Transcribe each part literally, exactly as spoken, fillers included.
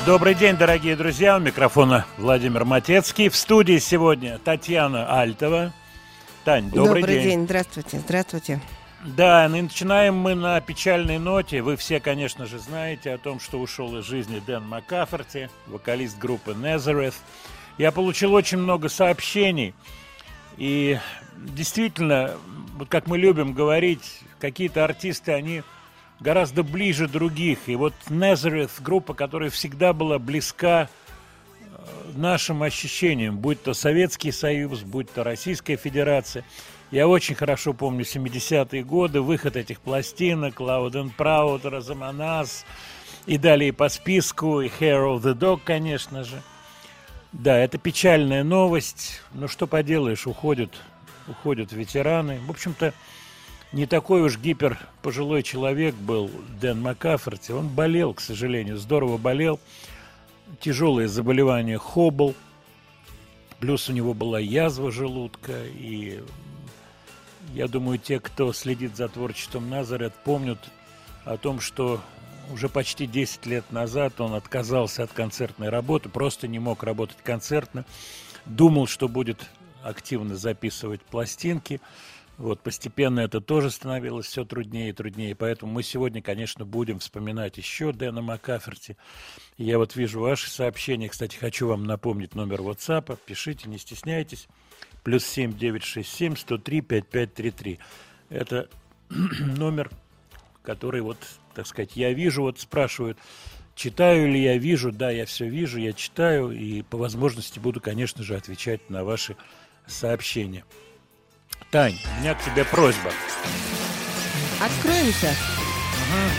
Добрый день, дорогие друзья. У микрофона Владимир Матецкий. В студии сегодня Татьяна Альтова. Тань, добрый, добрый день. день. Здравствуйте. Здравствуйте. Да, и начинаем мы на печальной ноте. Вы все, конечно же, знаете о том, что ушел из жизни Дэн Маккаферти, вокалист группы Nazareth. Я получил очень много сообщений. И действительно, вот как мы любим говорить, какие-то артисты, они гораздо ближе других. И вот Nazareth, группа, которая всегда была близка нашим ощущениям, будь то Советский Союз, будь то Российская Федерация. Я очень хорошо помню семидесятые годы, выход этих пластинок, Loud and Proud, Razamanaz, и далее по списку, и Hair of the Dog, конечно же. Да, это печальная новость, но что поделаешь, уходят, уходят ветераны. В общем-то, не такой уж гипер пожилой человек был Дэн Маккаферти. Он болел, к сожалению, здорово болел. Тяжелое заболевание Хоббл. Плюс у него была язва желудка. И я думаю, те, кто следит за творчеством Nazareth, помнят о том, что уже почти десять лет назад он отказался от концертной работы. Просто не мог работать концертно. Думал, что будет активно записывать пластинки. Вот, постепенно это тоже становилось все труднее и труднее, поэтому мы сегодня, конечно, будем вспоминать еще Дэна Маккаферти. Я вот вижу ваши сообщения, кстати, хочу вам напомнить номер WhatsApp, пишите, не стесняйтесь, плюс семь девятьсот шестьдесят семь сто три пятьдесят пять тридцать три. Это номер, который вот, так сказать, я вижу, вот спрашивают, читаю ли я, вижу, да, я все вижу, я читаю, и по возможности буду, конечно же, отвечать на ваши сообщения. Тань, у меня к тебе просьба. Откроемся. Угу.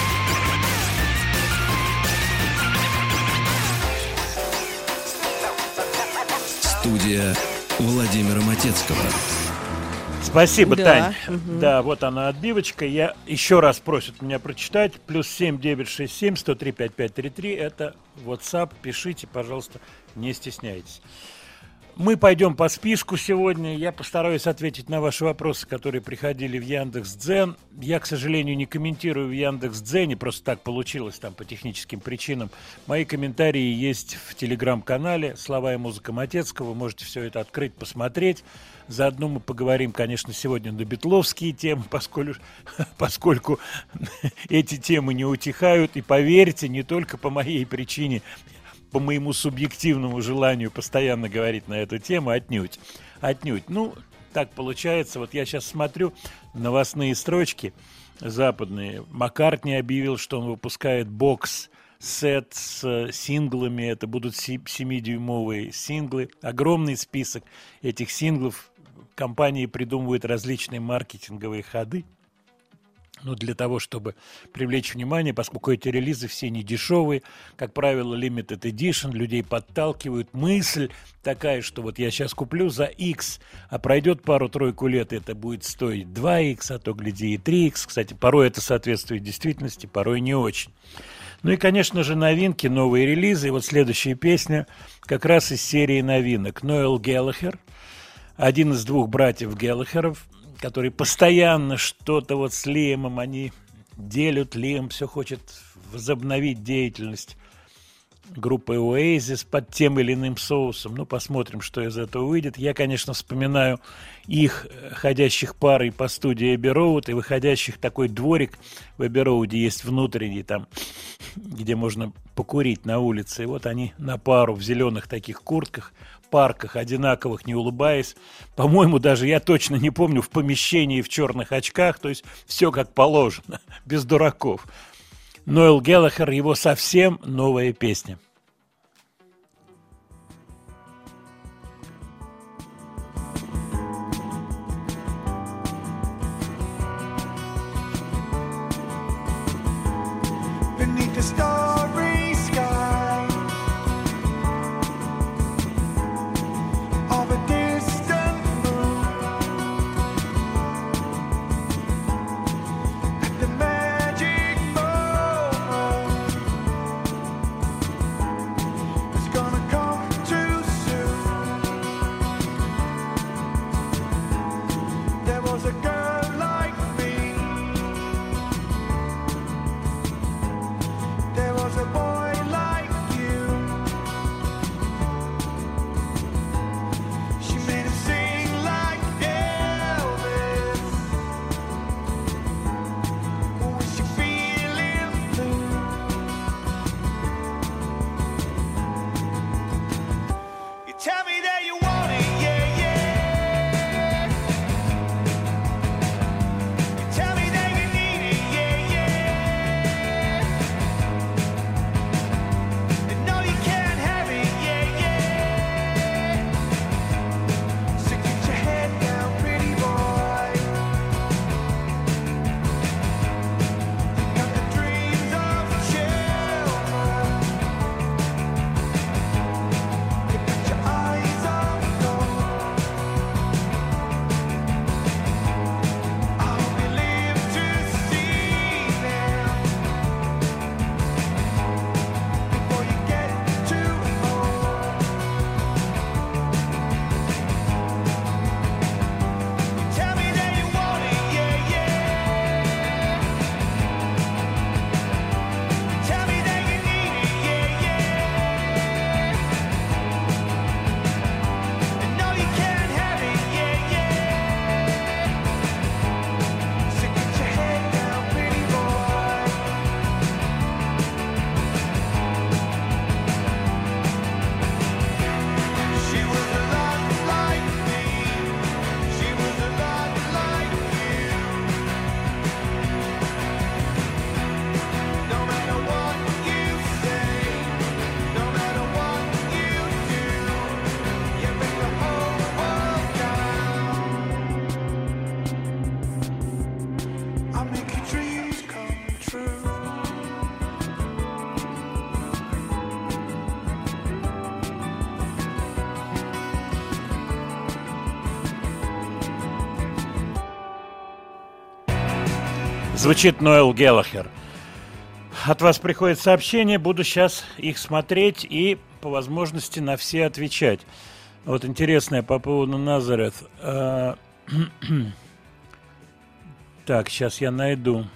Студия Владимира Матецкого. Спасибо, да. Тань. Угу. Да, вот она отбивочка. Я еще раз просят меня прочитать. Плюс семь девятьсот шестьдесят семь сто три пятьдесят пять тридцать три. Это WhatsApp. Пишите, пожалуйста, не стесняйтесь. Мы пойдем по списку сегодня. Я постараюсь ответить на ваши вопросы, которые приходили в Яндекс.Дзен. Я, к сожалению, не комментирую в Яндекс.Дзене, просто так получилось там по техническим причинам. Мои комментарии есть в телеграм-канале «Слова и музыка Матецкого». Вы можете все это открыть, посмотреть. Заодно мы поговорим, конечно, сегодня на битловские темы, поскольку, поскольку эти темы не утихают. И поверьте, не только по моей причине, по моему субъективному желанию постоянно говорить на эту тему, отнюдь. Отнюдь. Ну, так получается. Вот я сейчас смотрю новостные строчки западные. Маккартни объявил, что он выпускает бокс-сет с синглами. Это будут семидюймовые синглы. Огромный список этих синглов. Компании придумывают различные маркетинговые ходы. Ну, для того, чтобы привлечь внимание, поскольку эти релизы все не дешевые, как правило, limited edition, людей подталкивают. Мысль такая, что вот я сейчас куплю за X, а пройдет пару-тройку лет, это будет стоить два икс, а то, гляди, и три икс. Кстати, порой это соответствует действительности, порой не очень. Ну и, конечно же, новинки, новые релизы. И вот следующая песня как раз из серии новинок. Ноэл Гэллахер, один из двух братьев Гэллахеров, который постоянно что-то вот с Лиэмом они делят. Лиэм все хочет возобновить деятельность группы Oasis под тем или иным соусом. Ну, посмотрим, что из этого выйдет. Я, конечно, вспоминаю их ходящих парой по студии Abbey Road и выходящих такой дворик в Abbey Road есть внутренний там, где можно покурить на улице. И вот они на пару в зеленых таких куртках, парках, одинаковых, не улыбаясь. По-моему, даже я точно не помню, в помещении в черных очках, то есть все как положено, без дураков. Ноэл Гэллахер, его совсем новая песня. Звучит Ноэл Геллахер. От вас приходит сообщение, буду сейчас их смотреть и по возможности на все отвечать. Вот интересное по поводу Назарет. Так, сейчас я найду.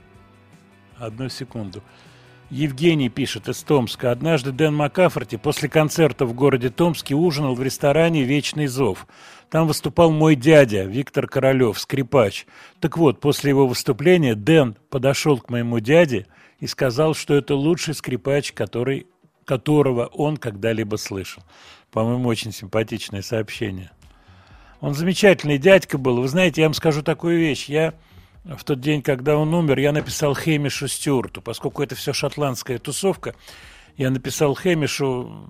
Одну секунду. Евгений пишет из Томска. Однажды Дэн Маккаферти после концерта в городе Томске ужинал в ресторане «Вечный зов». Там выступал мой дядя Виктор Королев, скрипач. Так вот, после его выступления Дэн подошел к моему дяде и сказал, что это лучший скрипач, который, которого он когда-либо слышал. По-моему, очень симпатичное сообщение. Он замечательный дядька был. Вы знаете, я вам скажу такую вещь. Я в тот день, когда он умер, я написал Хэмишу Стюарту. Поскольку это все шотландская тусовка, я написал Хэмишу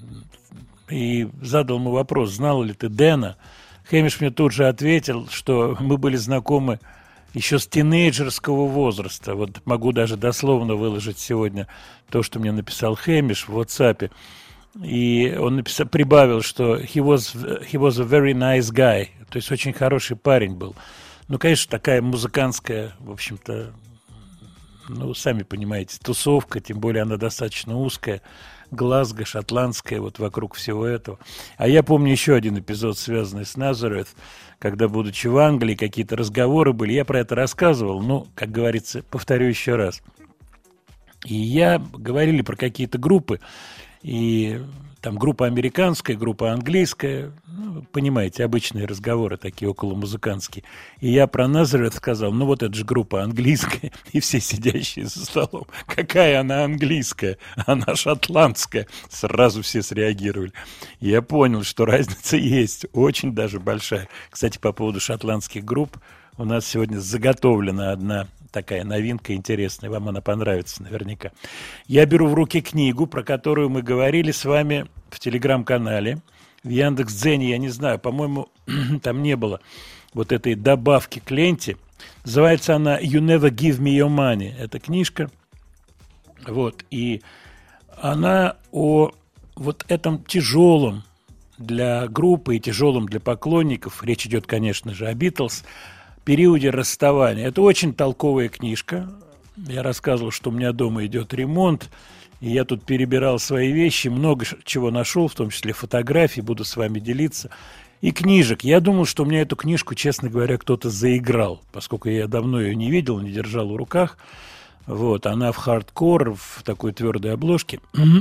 и задал ему вопрос, знал ли ты Дэна. Хэмиш мне тут же ответил, что мы были знакомы еще с тинейджерского возраста. Вот могу даже дословно выложить сегодня то, что мне написал Хэмиш в WhatsApp. И он написал, прибавил, что he was, he was a very nice guy. То есть очень хороший парень был. Ну, конечно, такая музыкантская, в общем-то, ну, сами понимаете, тусовка, тем более она достаточно узкая, Глазго, шотландская, вот вокруг всего этого. А я помню еще один эпизод, связанный с Назарет, когда, будучи в Англии, какие-то разговоры были, я про это рассказывал, ну, как говорится, повторю еще раз. И я, говорили про какие-то группы, и там группа американская, группа английская, ну, понимаете, обычные разговоры такие околомузыкантские. И я про Назарет сказал, ну вот это же группа английская, и все сидящие за столом, какая она английская, она шотландская. Сразу все среагировали. И я понял, что разница есть, очень даже большая. Кстати, по поводу шотландских групп, у нас сегодня заготовлена одна такая новинка интересная, вам она понравится наверняка. Я беру в руки книгу, про которую мы говорили с вами в телеграм-канале, в Яндекс.Дзене, я не знаю, по-моему, там не было вот этой добавки к ленте. Называется она «You Never Give Me Your Money». Это книжка, вот, и она о вот этом тяжелом для группы и тяжелом для поклонников, речь идет, конечно же, о Битлз, периоде расставания. Это очень толковая книжка. Я рассказывал, что у меня дома идет ремонт, и я тут перебирал свои вещи, много чего нашел, в том числе фотографий, буду с вами делиться. И книжек. Я думал, что у меня эту книжку, честно говоря, кто-то заиграл, поскольку я давно ее не видел, не держал в руках. Вот, она в хардкор, в такой твердой обложке.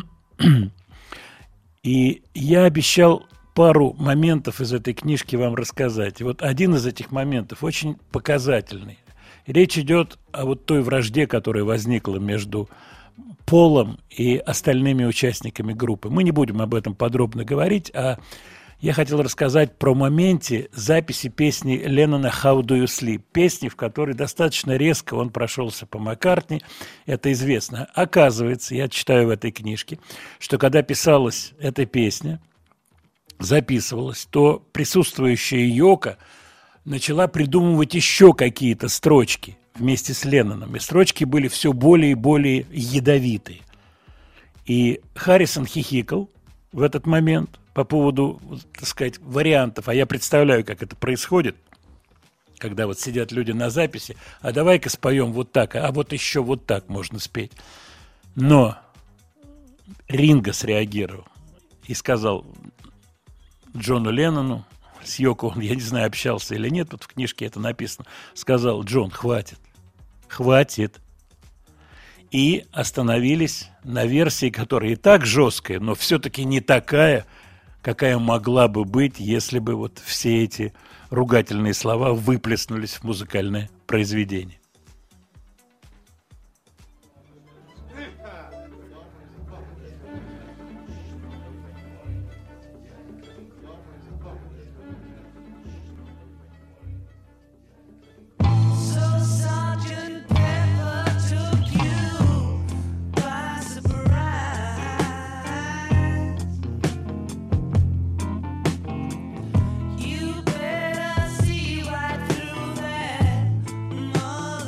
И я обещал пару моментов из этой книжки вам рассказать. И вот один из этих моментов очень показательный. Речь идет о вот той вражде, которая возникла между Полом и остальными участниками группы. Мы не будем об этом подробно говорить, а я хотел рассказать про моменте записи песни Леннона «How do you sleep», песни, в которой достаточно резко он прошелся по Маккартни, это известно. Оказывается, я читаю в этой книжке, что когда писалась эта песня, записывалась, то присутствующая Йоко начала придумывать еще какие-то строчки вместе с Ленноном. И строчки были все более и более ядовитые. И Харрисон хихикал в этот момент по поводу, так сказать, вариантов. А я представляю, как это происходит, когда вот сидят люди на записи, а давай-ка споем вот так, а вот еще вот так можно спеть. Но Ринго среагировал и сказал Джону Леннону, с Йоко он, я не знаю, общался или нет, тут в книжке это написано, сказал: Джон, хватит, хватит. И остановились на версии, которая и так жесткая, но все-таки не такая, какая могла бы быть, если бы вот все эти ругательные слова выплеснулись в музыкальное произведение. You better see right through that.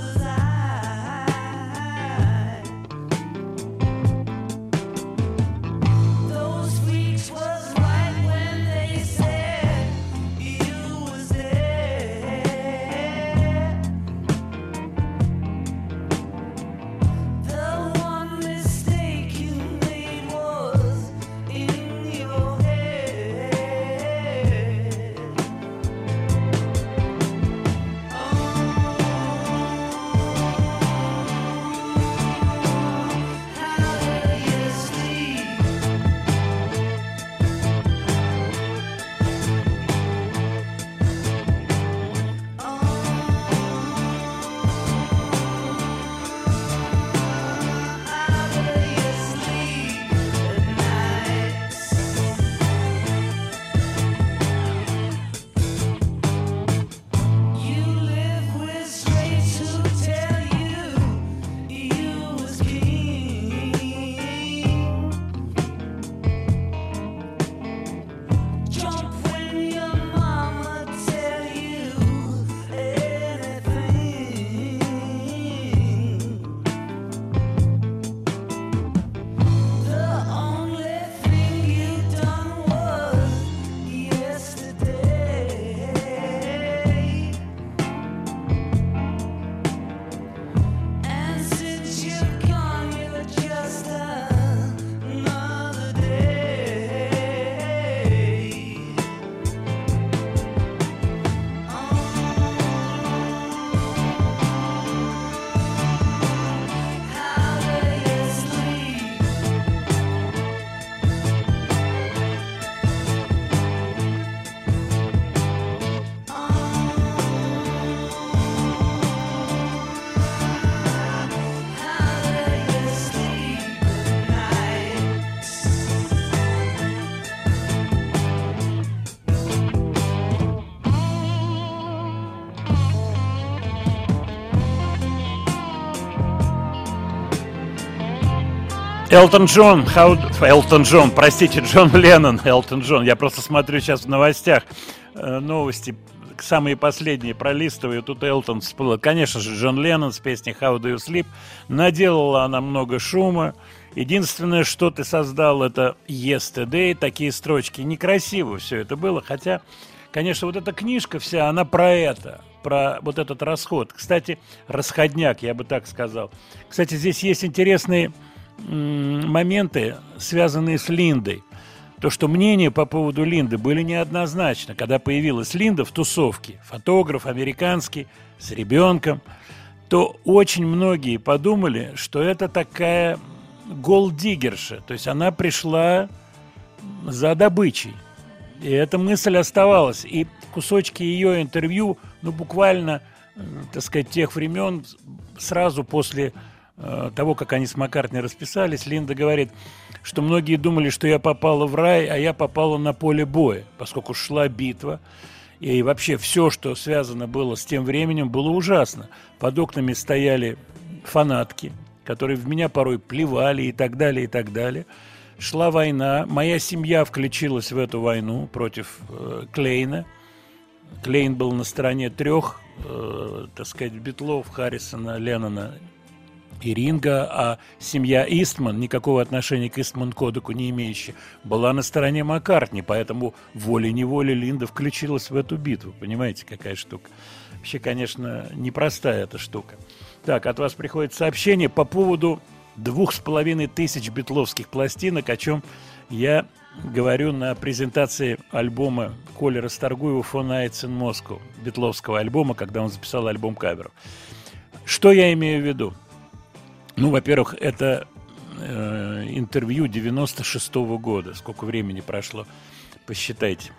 Элтон Джон, how... Элтон Джон, простите, Джон Леннон, Элтон Джон. Я просто смотрю сейчас в новостях э, новости, самые последние пролистываю. Тут Элтон всплыл. Конечно же, Джон Леннон с песней How Do You Sleep. Наделала она много шума. Единственное, что ты создал, это Yesterday. Такие строчки. Некрасиво все это было. Хотя, конечно, вот эта книжка вся, она про это. Про вот этот расход. Кстати, расходняк, я бы так сказал. Кстати, здесь есть интересные моменты, связанные с Линдой. То, что мнения по поводу Линды были неоднозначны. Когда появилась Линда в тусовке, фотограф американский, с ребенком, то очень многие подумали, что это такая голддиггерша. То есть она пришла за добычей. И эта мысль оставалась. И кусочки ее интервью, ну, буквально, так сказать, тех времен, сразу после того, как они с Маккартни расписались, Линда говорит, что многие думали, что я попала в рай, а я попала на поле боя, поскольку шла битва. И вообще все, что связано было с тем временем, было ужасно. Под окнами стояли фанатки, которые в меня порой плевали и так далее, и так далее. Шла война. Моя семья включилась в эту войну против э, Клейна. Клейн был на стороне трех, э, так сказать, Битлов, Харрисона, Леннона и Ринга, а семья Истман, никакого отношения к Истман-кодеку не имеющая, была на стороне Маккартни, поэтому волей-неволей Линда включилась в эту битву. Понимаете, какая штука? Вообще, конечно, непростая эта штука. Так, от вас приходит сообщение по поводу двух с половиной тысяч битловских пластинок, о чем я говорю на презентации альбома Коли Расторгуева «Four Nights in Moscow», битловского альбома, когда он записал альбом каверов. Что я имею в виду? Ну, во-первых, это э, интервью девяносто шестого года. Сколько времени прошло, посчитайте.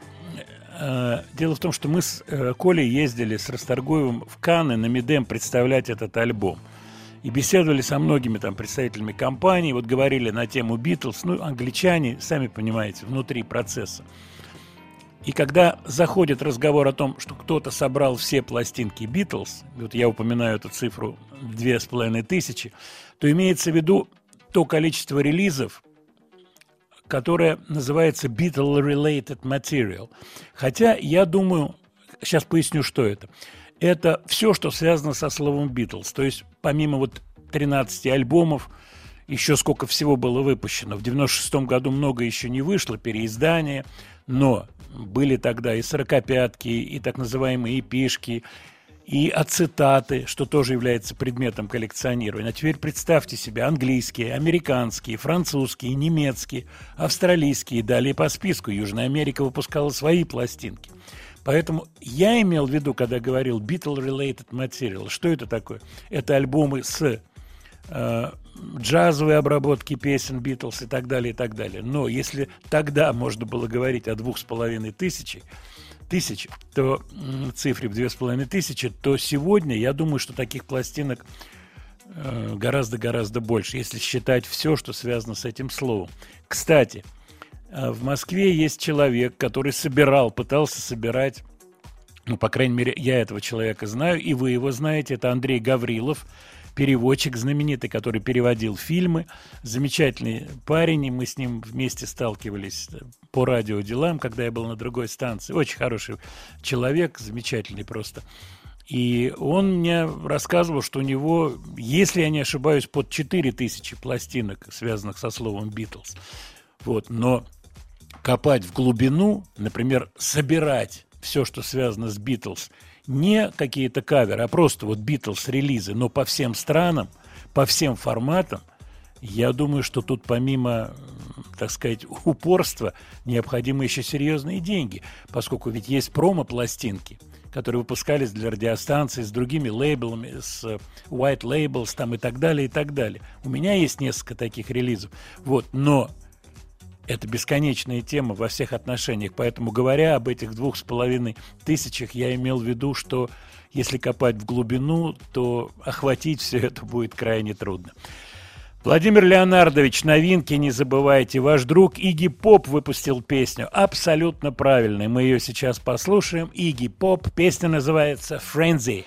Э, дело в том, что мы с э, Колей ездили с Расторгуевым в Канны на Мидем представлять этот альбом. И беседовали со многими там представителями компаний. Вот говорили на тему Битлз. Ну, англичане, сами понимаете, внутри процесса. И когда заходит разговор о том, что кто-то собрал все пластинки Битлз, вот я упоминаю эту цифру две с половиной тысячи, то имеется в виду то количество релизов, которое называется Beatle-related material. Хотя я думаю, сейчас поясню, что это. Это все, что связано со словом Битлз. То есть помимо вот тринадцати альбомов, еще сколько всего было выпущено. В девяносто шестом году много еще не вышло, переиздания, но были тогда и сорокопятки, и так называемые эпишки, и ацетаты, что тоже является предметом коллекционирования. А теперь представьте себе английские, американские, французские, немецкие, австралийские, далее по списку. Южная Америка выпускала свои пластинки. Поэтому я имел в виду, когда говорил Beatle-related material, что это такое? Это альбомы с э, джазовой обработки песен Битлз и так далее, и так далее. Но если тогда можно было говорить о двух с половиной тысячи, тысяч, то м, цифре в две с половиной тысячи, то сегодня я думаю, что таких пластинок э, гораздо-гораздо больше, если считать все, что связано с этим словом. Кстати, э, в Москве есть человек, который собирал, пытался собирать, ну, по крайней мере, я этого человека знаю, и вы его знаете, это Андрей Гаврилов, переводчик знаменитый, который переводил фильмы, замечательный парень, и мы с ним вместе сталкивались по радиоделам, когда я был на другой станции. Очень хороший человек, замечательный просто. И он мне рассказывал, что у него, если я не ошибаюсь, под четыре тысячи пластинок, связанных со словом «Битлз». Вот. Но копать в глубину, например, собирать все, что связано с «Битлз», не какие-то каверы, а просто вот Битлз-релизы, но по всем странам, по всем форматам, я думаю, что тут помимо, так сказать, упорства, необходимы еще серьезные деньги, поскольку ведь есть промо-пластинки, которые выпускались для радиостанций с другими лейблами, с White Labels там и так далее, и так далее. У меня есть несколько таких релизов, вот, но это бесконечная тема во всех отношениях, поэтому, говоря об этих двух с половиной тысячах, я имел в виду, что если копать в глубину, то охватить все это будет крайне трудно. Владимир Леонардович, новинки не забывайте. Ваш друг Игги Поп выпустил песню абсолютно правильную. Мы ее сейчас послушаем. Игги Поп, песня называется «Frenzy».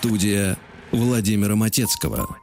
Студия Владимира Матецкого.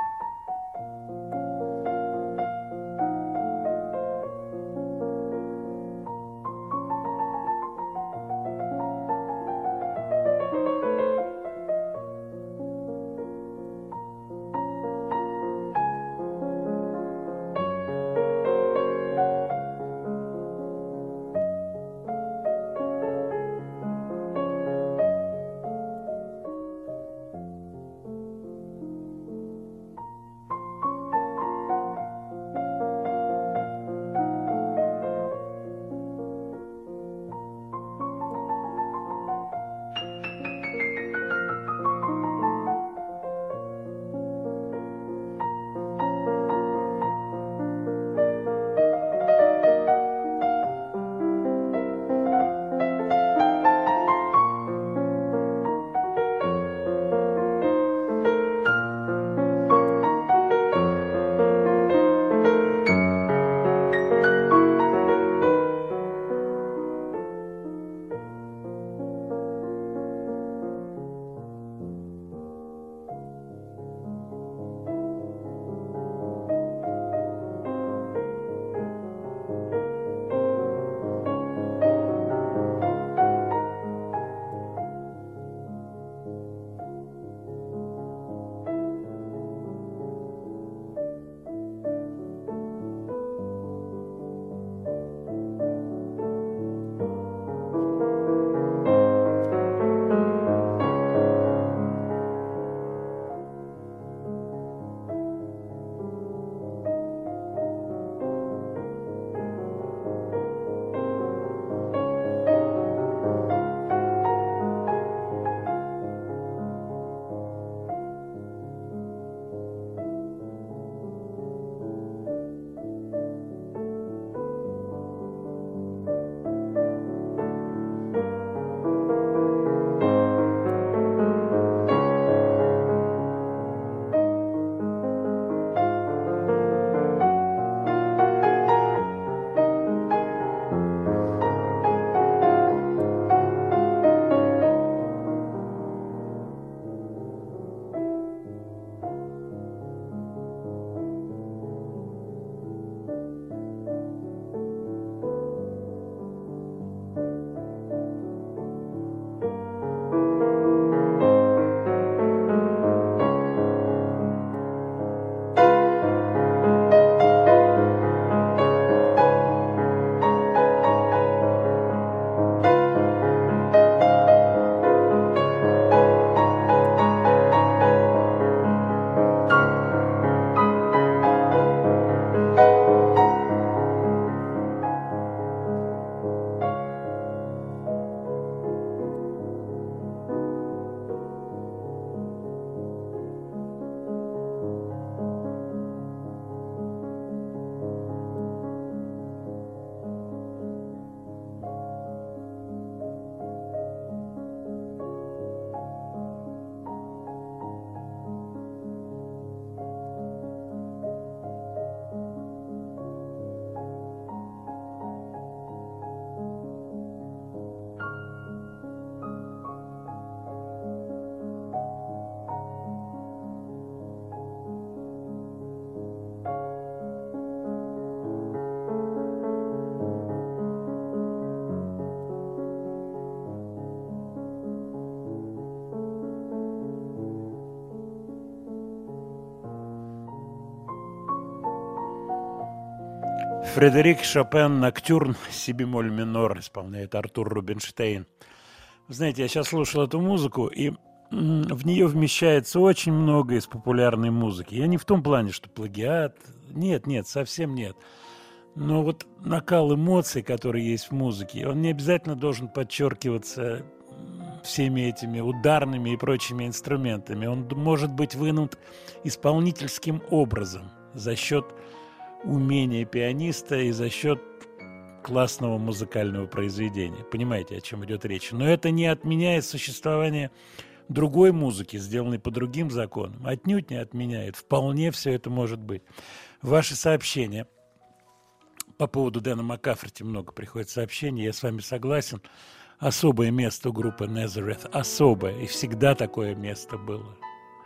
Фредерик Шопен «Ноктюрн», си бемоль минор, исполняет Артур Рубинштейн. Вы знаете, я сейчас слушал эту музыку, и в нее вмещается очень много из популярной музыки. Я не в том плане, что плагиат. Нет, нет, совсем нет. Но вот накал эмоций, который есть в музыке, он не обязательно должен подчеркиваться всеми этими ударными и прочими инструментами. Он может быть вынут исполнительским образом за счет умения пианиста и за счет классного музыкального произведения. Понимаете, о чем идет речь? Но это не отменяет существование другой музыки, сделанной по другим законам. Отнюдь не отменяет. Вполне все это может быть. Ваши сообщения по поводу Дэна Маккаферти, много приходит сообщений, я с вами согласен. особое место у группы Nazareth, особое, и всегда такое место было.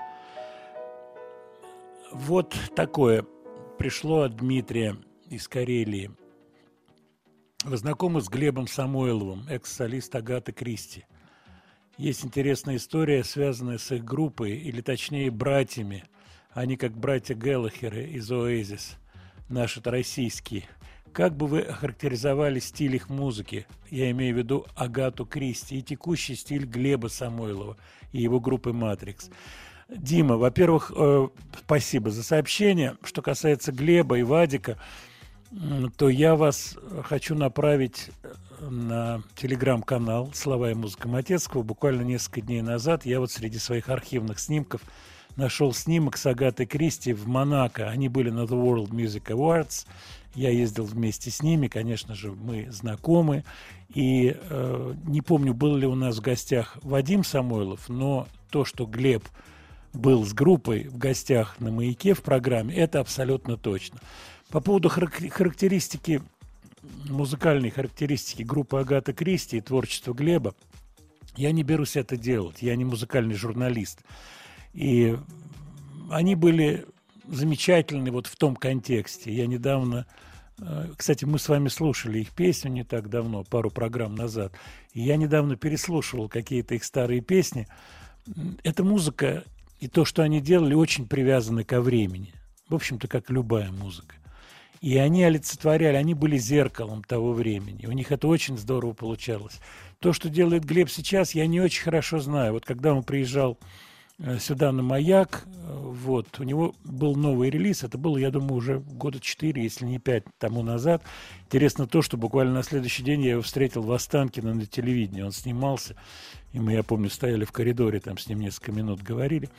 Вот такое пришло от Дмитрия из Карелии. Вы знакомы с Глебом Самойловым, экс-солист Агаты Кристи? Есть интересная история, связанная с их группой, или точнее братьями. Они как братья Гэллахеры из Oasis, наши-то российские. Как бы вы охарактеризовали стиль их музыки? Я имею в виду Агату Кристи и текущий стиль Глеба Самойлова и его группы «Матрикс». Дима, во-первых, э, спасибо за сообщение. Что касается Глеба и Вадика, то я вас хочу направить на телеграм-канал «Слова и музыка Матецкого». Буквально несколько дней назад я вот среди своих архивных снимков нашел снимок с Агатой Кристи в Монако. Они были на The World Music Awards. Я ездил вместе с ними, конечно же, мы знакомы. И э, не помню, был ли у нас в гостях Вадим Самойлов, но то, что Глеб был с группой в гостях на «Маяке» в программе, это абсолютно точно. По поводу характеристики, музыкальной характеристики группы Агаты Кристи и творчества Глеба, я не берусь это делать, я не музыкальный журналист. И они были замечательны вот в том контексте. Я недавно, кстати, мы с вами слушали их песню не так давно, пару программ назад, и я недавно переслушивал какие-то их старые песни. Эта музыка и то, что они делали, очень привязаны ко времени. В общем-то, как любая музыка. И они олицетворяли, они были зеркалом того времени. У них это очень здорово получалось. То, что делает Глеб сейчас, я не очень хорошо знаю. Вот когда он приезжал сюда на «Маяк», вот, у него был новый релиз. Это было, я думаю, уже года четыре, если не пять тому назад. Интересно то, что буквально на следующий день я его встретил в Останкино на телевидении. Он снимался, и мы, я помню, стояли в коридоре, там с ним несколько минут говорили.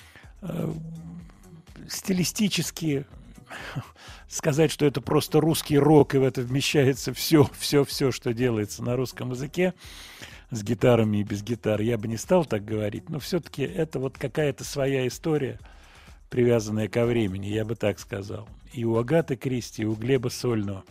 Стилистически сказать, что это просто русский рок, и в это вмещается все, все, все, что делается на русском языке, с гитарами и без гитар, я бы не стал так говорить, но все-таки это вот какая-то своя история, привязанная ко времени, я бы так сказал. И у Агаты Кристи, и у Глеба Сольного.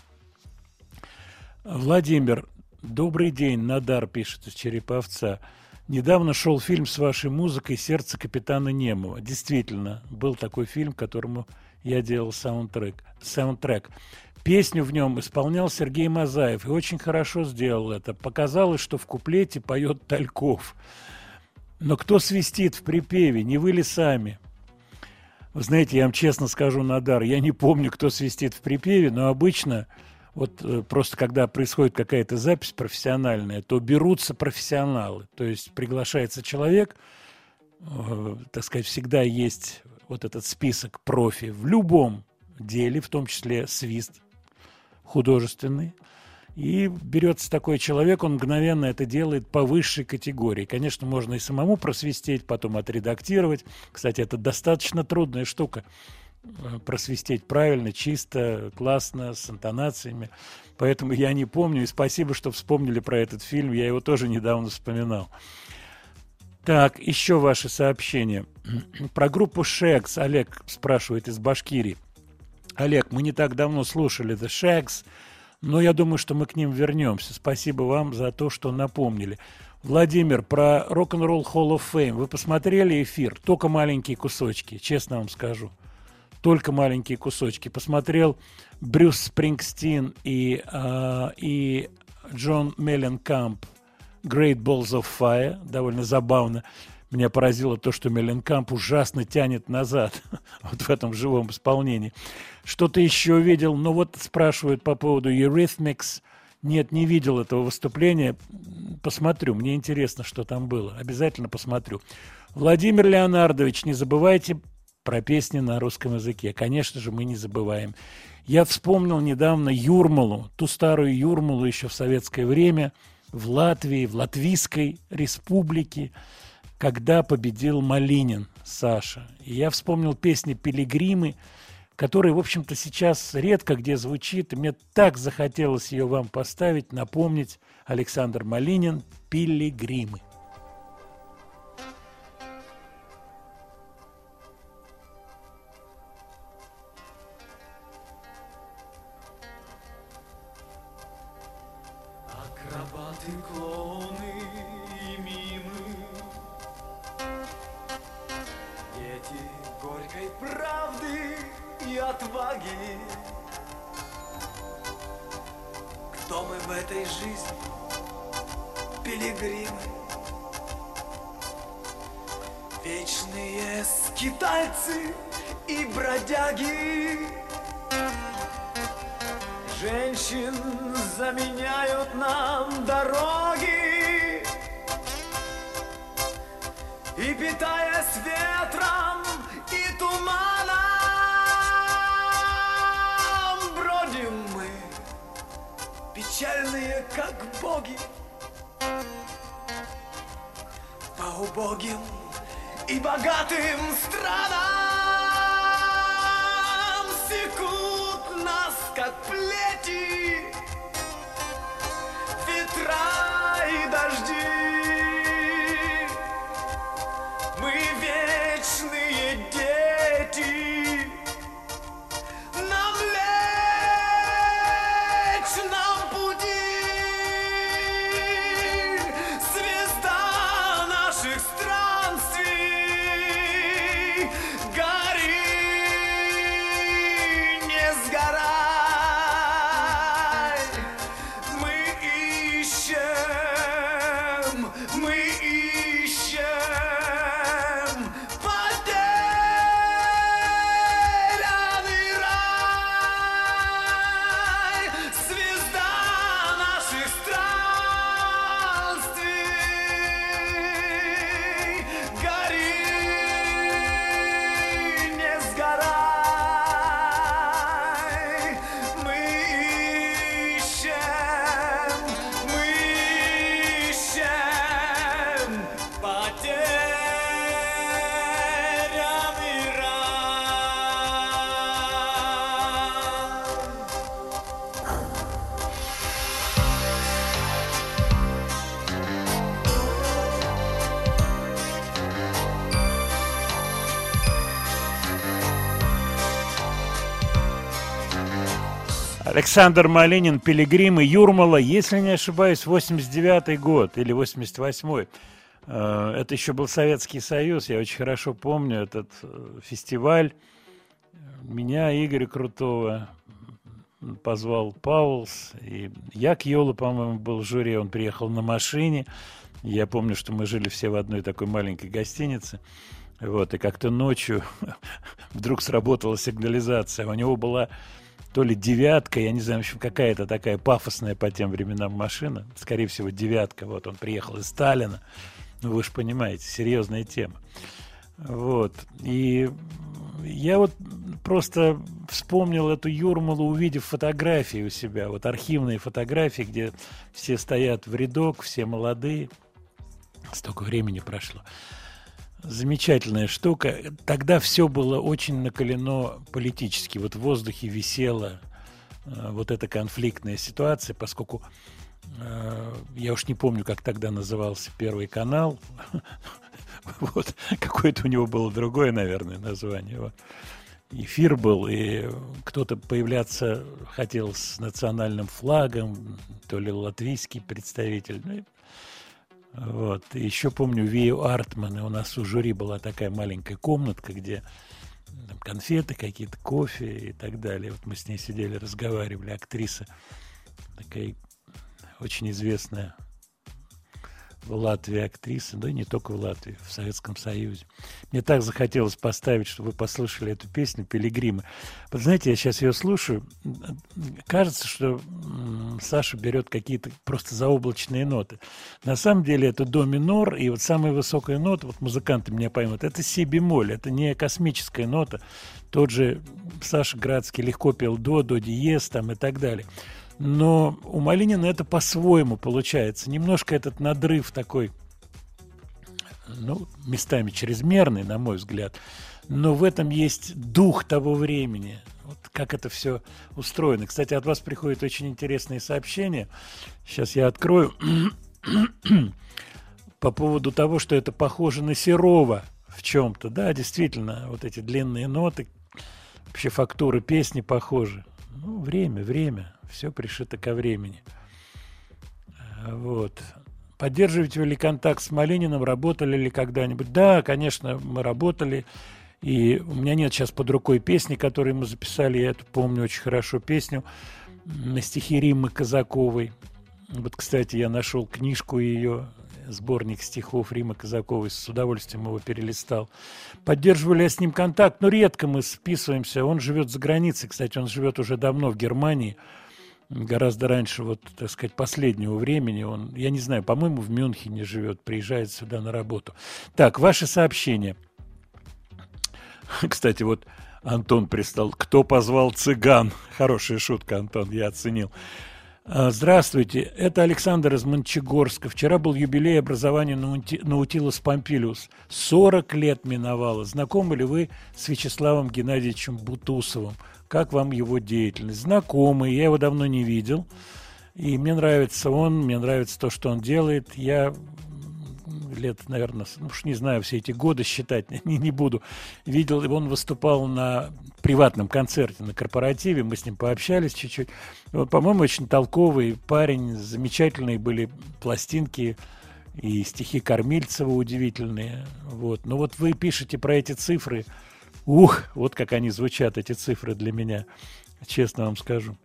Владимир, добрый день, Надар пишет из Череповца. Недавно шел фильм с вашей музыкой «Сердце капитана Немова». Действительно, был такой фильм, которому я делал саундтрек. саундтрек. Песню в нем исполнял Сергей Мазаев, и очень хорошо сделал это. Показалось, что в куплете поет Тальков. Но кто свистит в припеве, не вы ли сами? Вы знаете, я вам честно скажу, Надар, я не помню, кто свистит в припеве, но обычно, вот просто когда происходит какая-то запись профессиональная, то берутся профессионалы. То есть приглашается человек, э, так сказать, всегда есть вот этот список профи в любом деле, в том числе свист художественный. И берется такой человек, он мгновенно это делает по высшей категории. Конечно, можно и самому просвистеть, потом отредактировать. Кстати, это достаточно трудная штука. Просвистеть правильно, чисто, классно, с интонациями. Поэтому я не помню. И спасибо, что вспомнили про этот фильм. Я его тоже недавно вспоминал. Так, еще ваши сообщения. Про группу Shags Олег спрашивает из Башкирии. Олег, мы не так давно слушали The Shags, но я думаю, что мы к ним вернемся. Спасибо вам за то, что напомнили. Владимир, про Rock-and-Roll Hall of Fame. Вы посмотрели эфир? Только маленькие кусочки, честно вам скажу. Только маленькие кусочки. Посмотрел Брюс Спрингстин и, э, и Джон Мелленкамп Great Balls of Fire. Довольно забавно. Меня поразило то, что Мелленкамп ужасно тянет назад вот в этом живом исполнении. Что-то еще видел, но вот спрашивают по поводу Eurythmics. Нет, не видел этого выступления. Посмотрю, мне интересно, что там было. Обязательно посмотрю. Владимир Леонардович, не забывайте про песни на русском языке. Конечно же, мы не забываем. Я вспомнил недавно Юрмалу, ту старую Юрмалу еще в советское время, в Латвии, в Латвийской республике, когда победил Малинин Саша. И я вспомнил песни «Пилигримы», которая, в общем-то, сейчас редко где звучит. И мне так захотелось ее вам поставить, напомнить. Александр Малинин «Пилигримы». Акробаты, клоуны, отваги. Кто мы в этой жизни? Пилигримы, вечные скитальцы и бродяги. Женщин заменяют нам дороги, и, питаясь ветром и туманом, бродим мы, печальные, как боги, по убогим и богатым странам. Секут нас, как плети, ветра и дожди. Мы вечные дети, нам вечном пути. Звезда наших странствий, гори, не сгорай. Мы ищем, мы ищем потерянный рай. Звезда наших странствий, гори, не сгорай. Мы ищем, мы ищем потерянный рай. Александр Малинин, «Пилигримы», Юрмала, если не ошибаюсь, восемьдесят девятый год или восемьдесят восьмой. Э, Это еще был Советский Союз, я очень хорошо помню этот э, фестиваль. Меня, Игоря Крутого, позвал Паулс, и Як Йола, по-моему, был в жюри, он приехал на машине. Я помню, что мы жили все в одной такой маленькой гостинице. Вот, и как-то ночью вдруг сработала сигнализация. У него была то ли девятка, я не знаю, в общем, какая-то такая пафосная по тем временам машина. Скорее всего, девятка. Вот он приехал из Сталина. Ну, вы же понимаете, серьезная тема. Вот. И я вот просто вспомнил эту Юрмалу, увидев фотографии у себя. Вот архивные фотографии, где все стоят в рядок, все молодые. Столько времени прошло. Замечательная штука. Тогда все было очень накалено политически. Вот в воздухе висела э, вот эта конфликтная ситуация, поскольку э, я уж не помню, как тогда назывался Первый канал. Вот какое-то у него было другое, наверное, название. Вот. Эфир был, и кто-то появляться хотел с национальным флагом, то ли латвийский представитель. Ну, и вот. Еще помню Вию Артман, и у нас у жюри была такая маленькая комнатка, где там конфеты какие-то, кофе и так далее. Вот мы с ней сидели, разговаривали. Актриса такая очень известная в Латвии актриса, да и не только в Латвии, в Советском Союзе. Мне так захотелось поставить, чтобы вы послушали эту песню «Пилигримы». Вот знаете, я сейчас ее слушаю, кажется, что Саша берет какие-то просто заоблачные ноты. На самом деле это до минор, и вот самая высокая нота, вот музыканты меня поймут, это си бемоль, это не космическая нота. Тот же Саша Градский легко пел до, до диез там и так далее. Но у Малинина это по-своему получается. Немножко этот надрыв такой, ну, местами чрезмерный, на мой взгляд. Но в этом есть дух того времени. Вот как это все устроено. Кстати, от вас приходят очень интересные сообщения. Сейчас я открою. По поводу того, что это похоже на Серова в чем-то. Да, действительно, вот эти длинные ноты, вообще фактуры песни похожи. Ну, время, время. Все пришито ко времени. Вот. Поддерживаете ли контакт с Малининым? Работали ли когда-нибудь? Да, конечно, мы работали. И у меня нет сейчас под рукой песни, которые мы записали. Я эту помню очень хорошо песню на стихи Риммы Казаковой. Вот, кстати, я нашел книжку ее, сборник стихов Риммы Казаковой, с удовольствием его перелистал. Поддерживали я с ним контакт, но редко мы списываемся. Он живет за границей, кстати, он живет уже давно в Германии, гораздо раньше, вот, так сказать, последнего времени. Он, я не знаю, по-моему, в Мюнхене живет, приезжает сюда на работу. Так, ваши сообщения. Кстати, вот Антон пристал. Кто позвал цыган? Хорошая шутка, Антон, я оценил. Здравствуйте, это Александр из Мончегорска. Вчера был юбилей образования Наутилус Помпилиус. сорок лет миновало. Знакомы ли вы с Вячеславом Геннадьевичем Бутусовым? Как вам его деятельность? Знакомый, я его давно не видел. И мне нравится он, мне нравится то, что он делает. Я лет, наверное, ну уж не знаю, все эти годы считать не, не буду. Видел, он выступал на приватном концерте, на корпоративе, мы с ним пообщались чуть-чуть. Вот, по-моему, очень толковый парень, замечательные были пластинки и стихи Кормильцева удивительные. Вот. Но вот вы пишете про эти цифры. Ух, вот как они звучат, эти цифры для меня, честно вам скажу.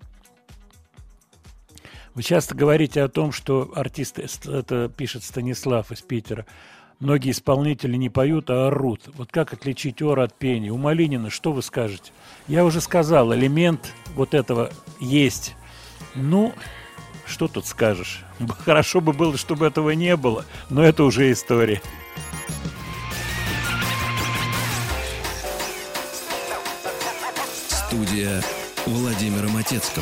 Вы часто говорите о том, что артисты, это пишет Станислав из Питера, многие исполнители не поют, а орут. Вот как отличить ор от пения? У Малинина что вы скажете? Я уже сказал, элемент вот этого есть. Ну, что тут скажешь? Хорошо бы было, чтобы этого не было, но это уже история. Студия Владимира Матецкого.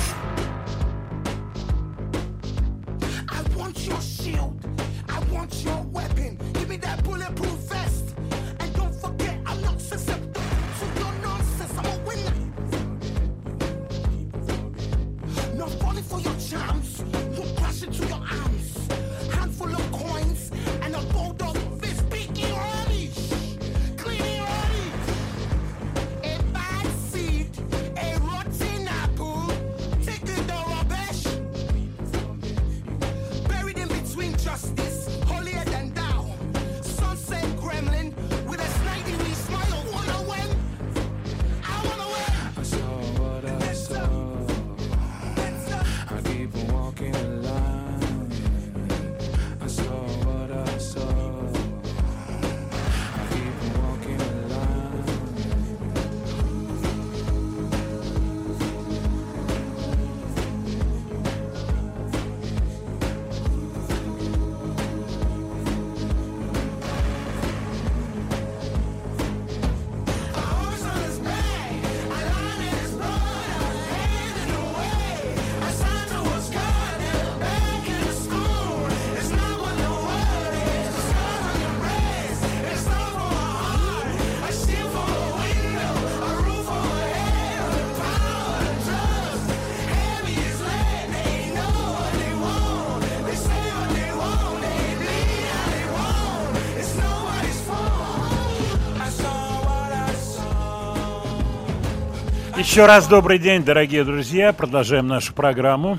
Еще раз добрый день, дорогие друзья. Продолжаем нашу программу.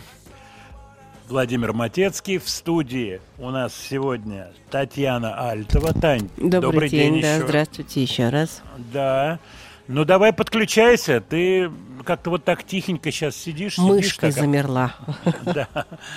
Владимир Матецкий в студии. У нас сегодня Татьяна Альтова. Тань, добрый, добрый день, день да, еще. Здравствуйте еще раз. Да. Ну, давай подключайся. Ты как-то вот так тихенько сейчас сидишь. Мышкой сидишь, замерла. Да.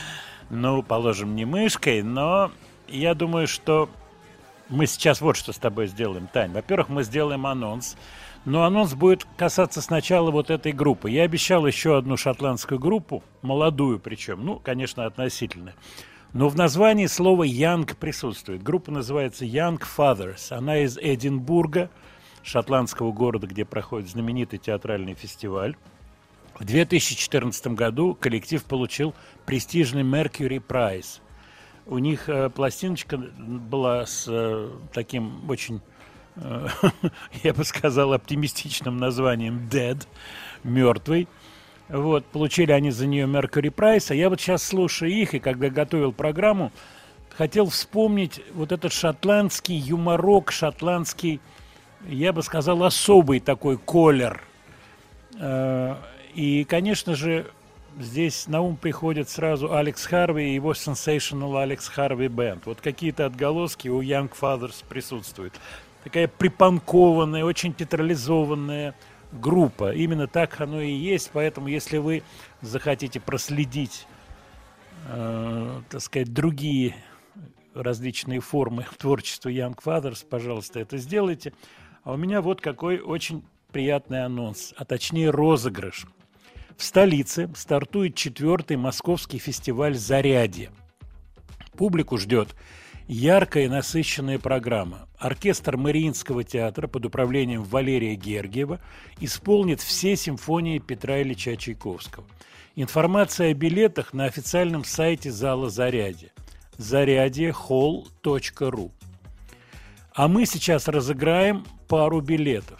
Ну, положим, не мышкой, но я думаю, что мы сейчас вот что с тобой сделаем, Тань. Во-первых, мы сделаем анонс. Но анонс будет касаться сначала вот этой группы. Я обещал еще одну шотландскую группу, молодую причем, ну, конечно, относительно. Но в названии слово «young» присутствует. Группа называется Young Fathers. Она из Эдинбурга, шотландского города, где проходит знаменитый театральный фестиваль. В две тысячи четырнадцатом году коллектив получил престижный Mercury Prize. У них э, пластиночка была с э, таким очень... я бы сказал, оптимистичным названием Dead, мертвый. Вот, получили они за нее Mercury Prize. А я вот сейчас, слушая их, и когда готовил программу, хотел вспомнить вот этот шотландский юморок, шотландский, я бы сказал, особый такой колер. И, конечно же, здесь на ум приходит сразу Алекс Харви и его Sensational Alex Harvey Band. Вот какие-то отголоски у Young Fathers присутствуют. такая припанкованная, очень театрализованная группа. Именно так оно и есть, поэтому если вы захотите проследить, э, так сказать, другие различные формы творчества Young Fathers, пожалуйста, это сделайте. А у меня вот какой очень приятный анонс, а точнее розыгрыш. В столице стартует четвертый московский фестиваль «Зарядье». Публику ждет яркая и насыщенная программа. Оркестр Мариинского театра под управлением Валерия Гергиева исполнит все симфонии Петра Ильича Чайковского. Информация о билетах на официальном сайте зала «Зарядье» зарядье холл точка ру. А мы сейчас разыграем пару билетов.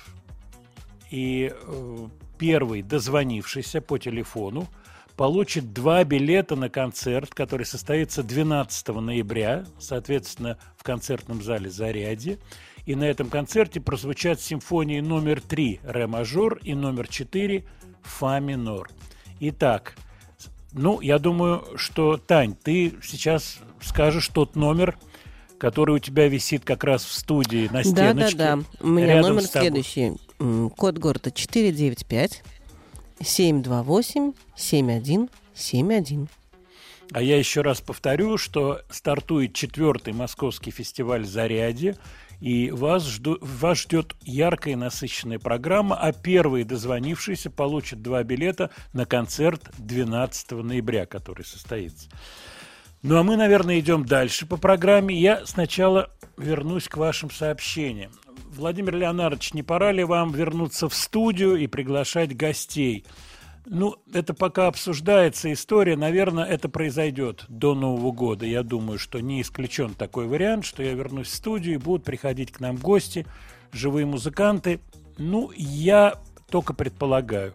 И э, первый, дозвонившийся по телефону, получит два билета на концерт, который состоится двенадцатого ноября, соответственно, в концертном зале «Зарядье». И на этом концерте прозвучат симфонии номер три «Ре мажор» и номер четыре «Фа минор». Итак, ну, я думаю, что, Тань, ты сейчас скажешь тот номер, который у тебя висит как раз в студии на стеночке. Да-да-да, у меня номер следующий. Код города четыре девять пять семь два восемь семь один семь один. А я еще раз повторю, что стартует четвертый московский фестиваль «Зарядье», и вас, жду, вас ждет яркая и насыщенная программа, а первые дозвонившиеся получат два билета на концерт двенадцатого ноября, который состоится. Ну, а мы, наверное, идем дальше по программе. Я сначала вернусь к вашим сообщениям. Владимир Леонардович, не пора ли вам вернуться в студию и приглашать гостей? Ну, это пока обсуждается история. Наверное, это произойдет до Нового года. Я думаю, что не исключен такой вариант, что я вернусь в студию и будут приходить к нам гости, живые музыканты. Ну, я только предполагаю.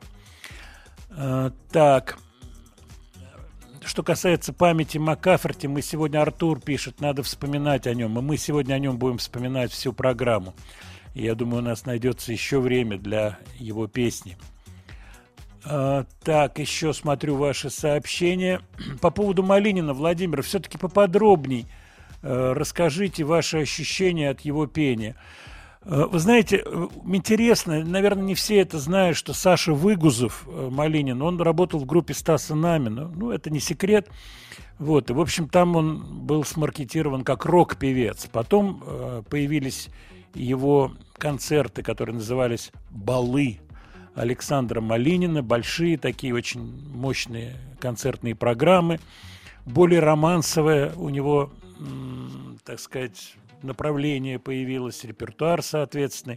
А, так... Что касается памяти Маккаферти, мы сегодня, Артур пишет, надо вспоминать о нем. И мы сегодня о нем будем вспоминать всю программу. И я думаю, у нас найдется еще время для его песни. А, так, еще смотрю ваши сообщения. По поводу Малинина, Владимир, все-таки поподробней э, расскажите ваши ощущения от его пения. Вы знаете, интересно, наверное, не все это знают, что Саша Выгузов, Малинин, он работал в группе Стаса Намина. Ну, это не секрет. Вот. И, в общем, там он был смаркетирован как рок-певец. Потом э, появились его концерты, которые назывались «Балы» Александра Малинина. Большие такие очень мощные концертные программы. Более романсовая у него, м, так сказать... направление появилось, репертуар соответственный.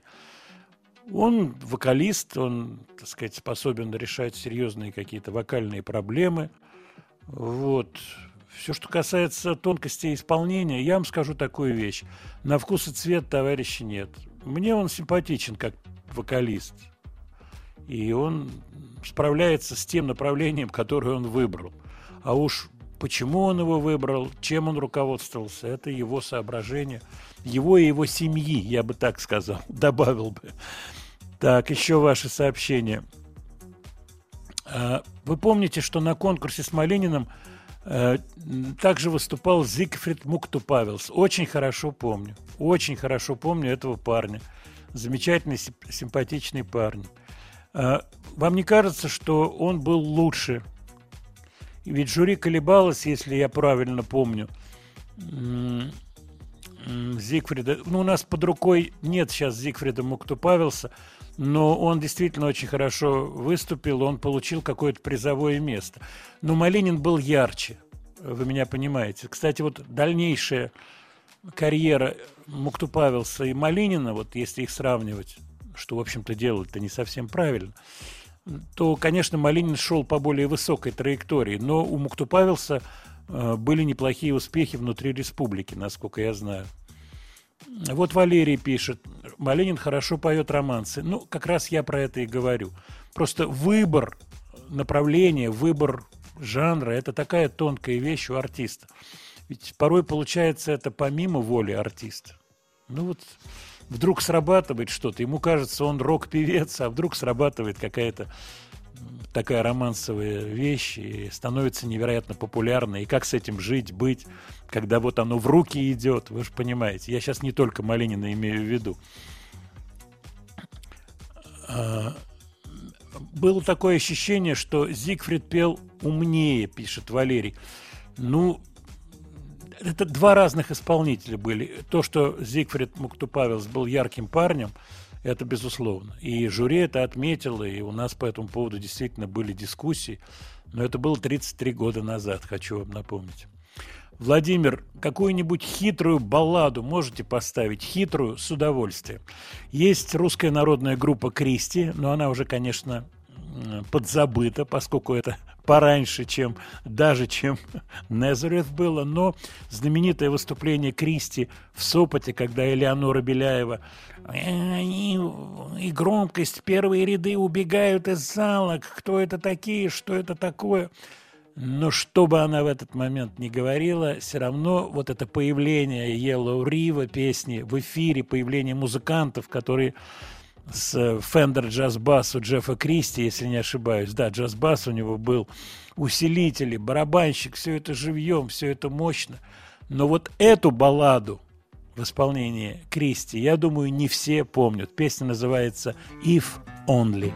Он вокалист, он, так сказать, способен решать серьезные какие-то вокальные проблемы. Вот. Все, что касается тонкостей исполнения, я вам скажу такую вещь. На вкус и цвет товарища нет. Мне он симпатичен как вокалист. И он справляется с тем направлением, которое он выбрал. А уж почему он его выбрал, чем он руководствовался, это его соображение, его и его семьи, я бы так сказал, добавил бы. Так, еще ваши сообщения. Вы помните, что на конкурсе с Малининым также выступал Зигфрид Муктупавелс. Очень хорошо помню, очень хорошо помню этого парня. Замечательный, симпатичный парень. Вам не кажется, что он был лучше? Ведь жюри колебалось, если я правильно помню, Зигфрида. Ну, у нас под рукой нет сейчас Зигфрида Муктупавелса, но он действительно очень хорошо выступил, он получил какое-то призовое место. Но Малинин был ярче, вы меня понимаете. Кстати, вот дальнейшая карьера Муктупавелса и Малинина, вот если их сравнивать, что, в общем-то, делать-то не совсем правильно, то, конечно, Малинин шел по более высокой траектории, но у Муктупавелса э, были неплохие успехи внутри республики, насколько я знаю. Вот Валерий пишет, Малинин хорошо поет романсы. Ну, как раз я про это и говорю. Просто выбор направления, выбор жанра – это такая тонкая вещь у артиста. Ведь порой получается это помимо воли артиста. Ну вот... Вдруг срабатывает что-то, ему кажется, он рок-певец, а вдруг срабатывает какая-то такая романсовая вещь и становится невероятно популярной. И как с этим жить, быть, когда вот оно в руки идет, вы же понимаете. Я сейчас не только Малинина имею в виду. Было такое ощущение, что Зигфрид пел умнее, пишет Валерий. Ну, это два разных исполнителя были. То, что Зигфрид Муктупавелс был ярким парнем, это безусловно. И жюри это отметило, и у нас по этому поводу действительно были дискуссии. Но это было тридцать три года назад, хочу вам напомнить. Владимир, какую-нибудь хитрую балладу можете поставить? Хитрую, с удовольствием. Есть русская народная группа «Кристи», но она уже, конечно, подзабыта, поскольку это пораньше, чем даже чем Назарeth было. Но знаменитое выступление Кристи в Сопоте, когда Элеонора Беляева и, и громкость, первые ряды убегают из зала, кто это такие, что это такое. Но что бы она в этот момент ни говорила, все равно вот это появление Yellow River песни в эфире, появление музыкантов, которые с Fender Jazz Bass у Джеффа Кристи, если не ошибаюсь, да, Jazz Bass у него был, усилители, барабанщик, все это живьем, все это мощно. Но вот эту балладу в исполнении Кристи, я думаю, не все помнят. Песня называется «If Only».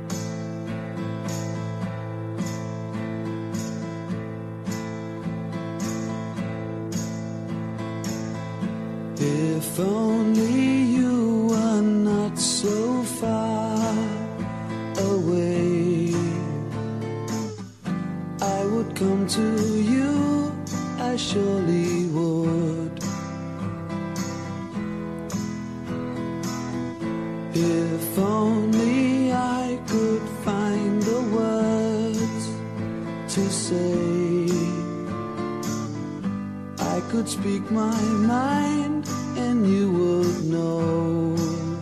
If only you were not so far away, I would come to you, I surely would. If only I could find the words to say, I could speak my mind and you would know.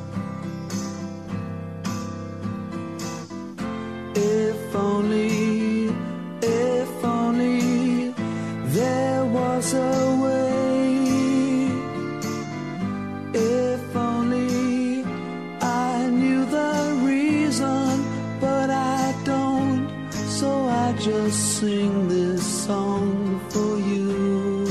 If only, if only there was a way. If only I knew the reason, but I don't, so I just sing this song for you.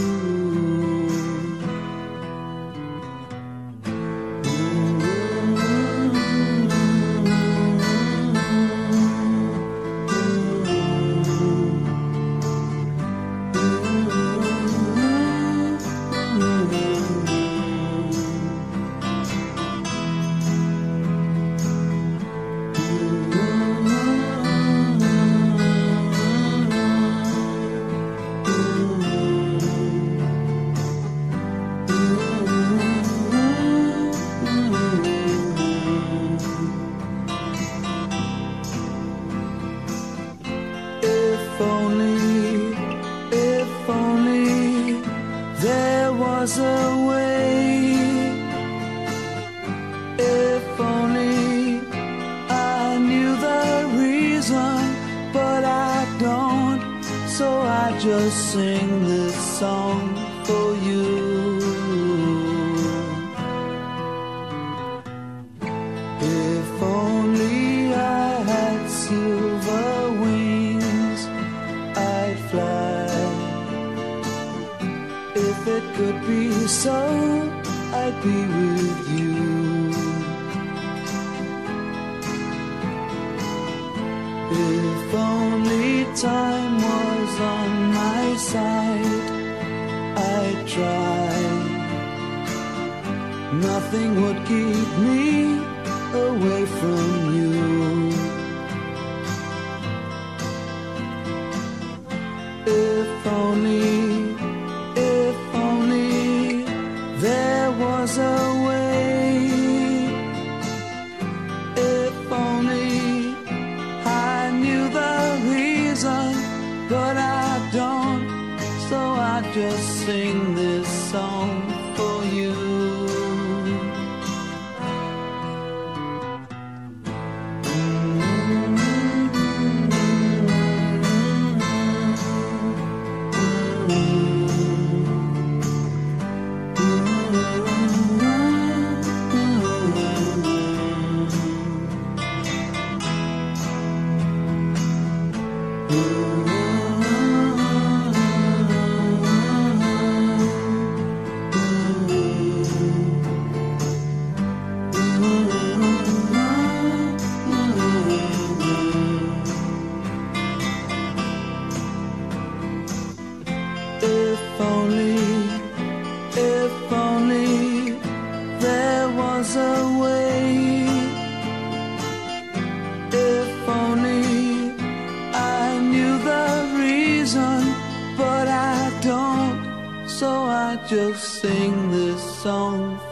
Just sing this song for you. If only I had silver wings, I'd fly. If it could be so, I'd be with you. If only time was on my side, I'd try. Nothing would keep me away from you. If only, if only there was a way. If only I knew the reason, but I don't, so I just sing this song for you.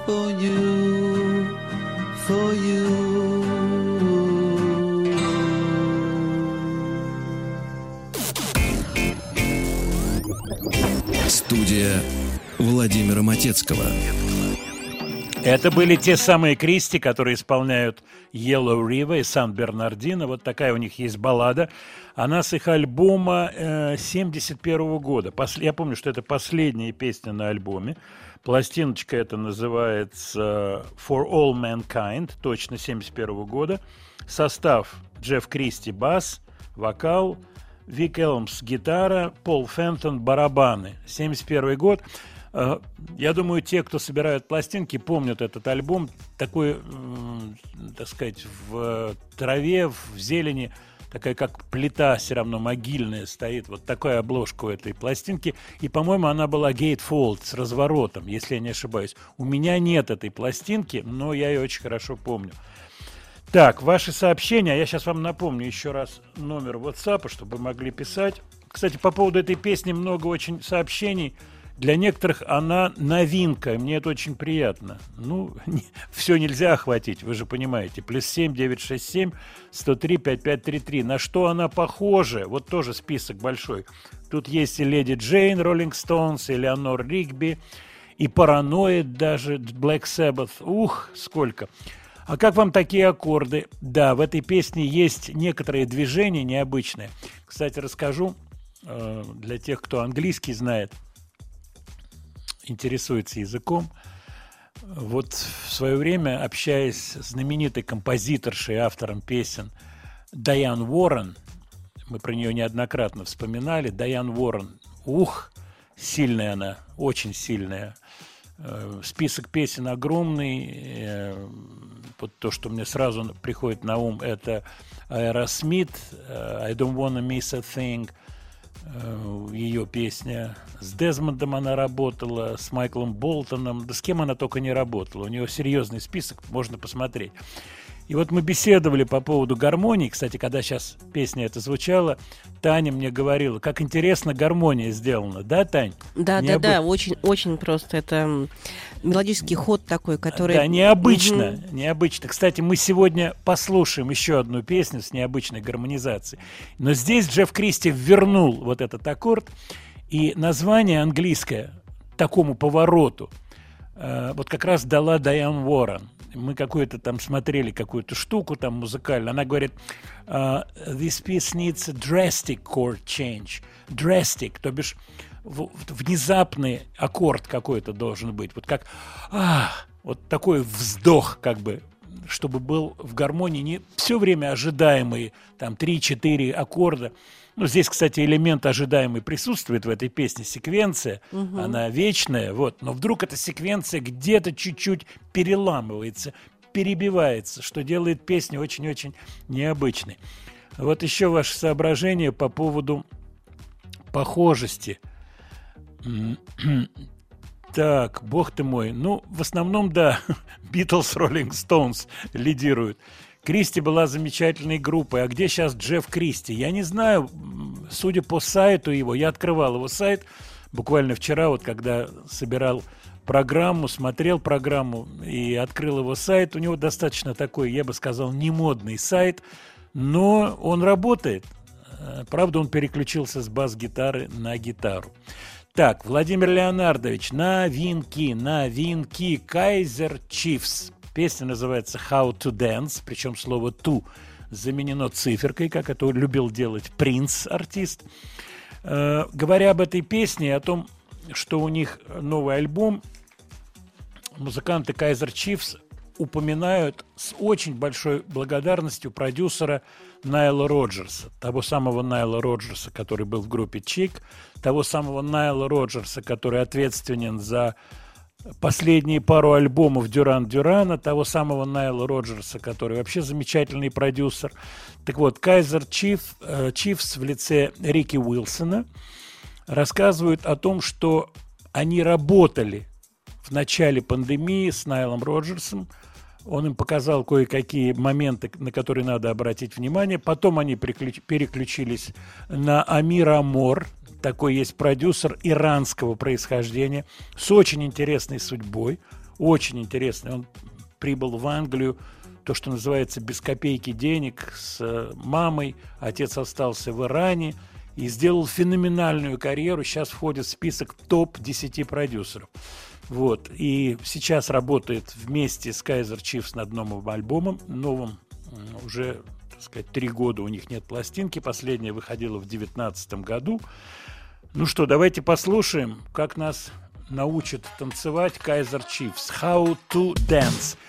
for you, for you. Студия Владимира Матецкого. Это были те самые Кристи, которые исполняют Yellow River и Сан-Бернардино. Вот такая у них есть баллада. Она с их альбома э, семьдесят первого года. Пос... Я помню, что это последняя песня на альбоме. Пластиночка эта называется For All Mankind, точно семьдесят первого года. Состав: Джефф Кристи бас, вокал, Вик Элмс гитара, Пол Фентон барабаны. семьдесят первый год. Я думаю, те, кто собирают пластинки, помнят этот альбом. Такой, так сказать, в траве, в зелени, такая как плита все равно могильная стоит. Вот такая обложка у этой пластинки. И, по-моему, она была Gatefold с разворотом, если я не ошибаюсь. У меня нет этой пластинки, но я ее очень хорошо помню. Так, ваши сообщения. Я сейчас вам напомню еще раз номер WhatsApp, чтобы вы могли писать. Кстати, по поводу этой песни много очень сообщений. Для некоторых она новинка, и мне это очень приятно. Ну, не, все нельзя охватить, вы же понимаете. Плюс семь девятьсот шестьдесят семь сто три пятьдесят пять тридцать три. На что она похожа? Вот тоже список большой. Тут есть и Леди Джейн, Роллинг Стоунс, и Леонор Ригби, и Параноид даже, Black Sabbath. Ух, сколько! А как вам такие аккорды? Да, в этой песне есть некоторые движения необычные. Кстати, расскажу э, для тех, кто английский знает, интересуется языком. Вот в свое время, общаясь с знаменитой композиторшей, автором песен Дайан Уоррен, мы про нее неоднократно вспоминали, Дайан Уоррен, ух, сильная она, очень сильная. Список песен огромный. Вот то, что мне сразу приходит на ум, это Aerosmith, I Don't Wanna Miss a Thing, ее песня. С Дезмондом она работала, с Майклом Болтоном, да с кем она только не работала. У нее серьезный список, можно посмотреть. И вот мы беседовали по поводу гармонии. Кстати, когда сейчас песня эта звучала, Таня мне говорила, как интересно гармония сделана. Да, Тань? Да, Необы... да, да, очень, очень просто. Это мелодический ход такой, который... Да, необычно, угу. необычно. Кстати, мы сегодня послушаем еще одну песню с необычной гармонизацией. Но здесь Джефф Кристи вернул вот этот аккорд, и название английское такому повороту э, вот как раз дала Дайан Уоррен. Мы какую-то там смотрели, какую-то штуку там музыкальную. Она говорит, uh, this piece needs a drastic chord change. Drastic, то бишь в, внезапный аккорд какой-то должен быть. Вот как, а, вот такой вздох как бы, чтобы был в гармонии не все время ожидаемые там три-четыре аккорда. Ну, здесь, кстати, элемент ожидаемый присутствует в этой песне, секвенция, угу. Она вечная, вот, но вдруг эта секвенция где-то чуть-чуть переламывается, перебивается, что делает песню очень-очень необычной. Вот еще ваше соображение по поводу похожести. Так, бог ты мой, ну, в основном, да, Beatles, Rolling Stones лидируют. Кристи была замечательной группой. А где сейчас Джефф Кристи? Я не знаю. Судя по сайту его, я открывал его сайт буквально вчера, вот когда собирал программу, смотрел программу и открыл его сайт. У него достаточно такой, я бы сказал, немодный сайт, но он работает. Правда, он переключился с бас-гитары на гитару. Так, Владимир Леонардович, новинки, новинки, Kaiser Chiefs. Песня называется «How to Dance», причем слово «to» заменено циферкой, как это любил делать Принц, артист. Э, говоря об этой песне, о том, что у них новый альбом, музыканты Kaiser Chiefs упоминают с очень большой благодарностью продюсера Найла Роджерса, того самого Найла Роджерса, который был в группе Чик, того самого Найла Роджерса, который ответственен за последние пару альбомов Дюран-Дюрана, того самого Найла Роджерса, который вообще замечательный продюсер. Так вот, Kaiser Chiefs, Chiefs в лице Рики Уилсона рассказывают о том, что они работали в начале пандемии с Найлом Роджерсом. Он им показал кое-какие моменты, на которые надо обратить внимание. Потом они переключились на Амир Амор. Такой есть продюсер иранского происхождения с очень интересной судьбой. очень интересный. Он прибыл в Англию, то, что называется, без копейки денег, с мамой. Отец остался в Иране и сделал феноменальную карьеру. Сейчас входит в список топ десяти продюсеров. Вот. И сейчас работает вместе с Kaiser Chiefs над новым альбомом, новым, уже, так сказать, три года у них нет пластинки. Последняя выходила в две тысячи девятнадцатом году. Ну что, давайте послушаем, как нас научат танцевать Kaiser Chiefs. How to Dance.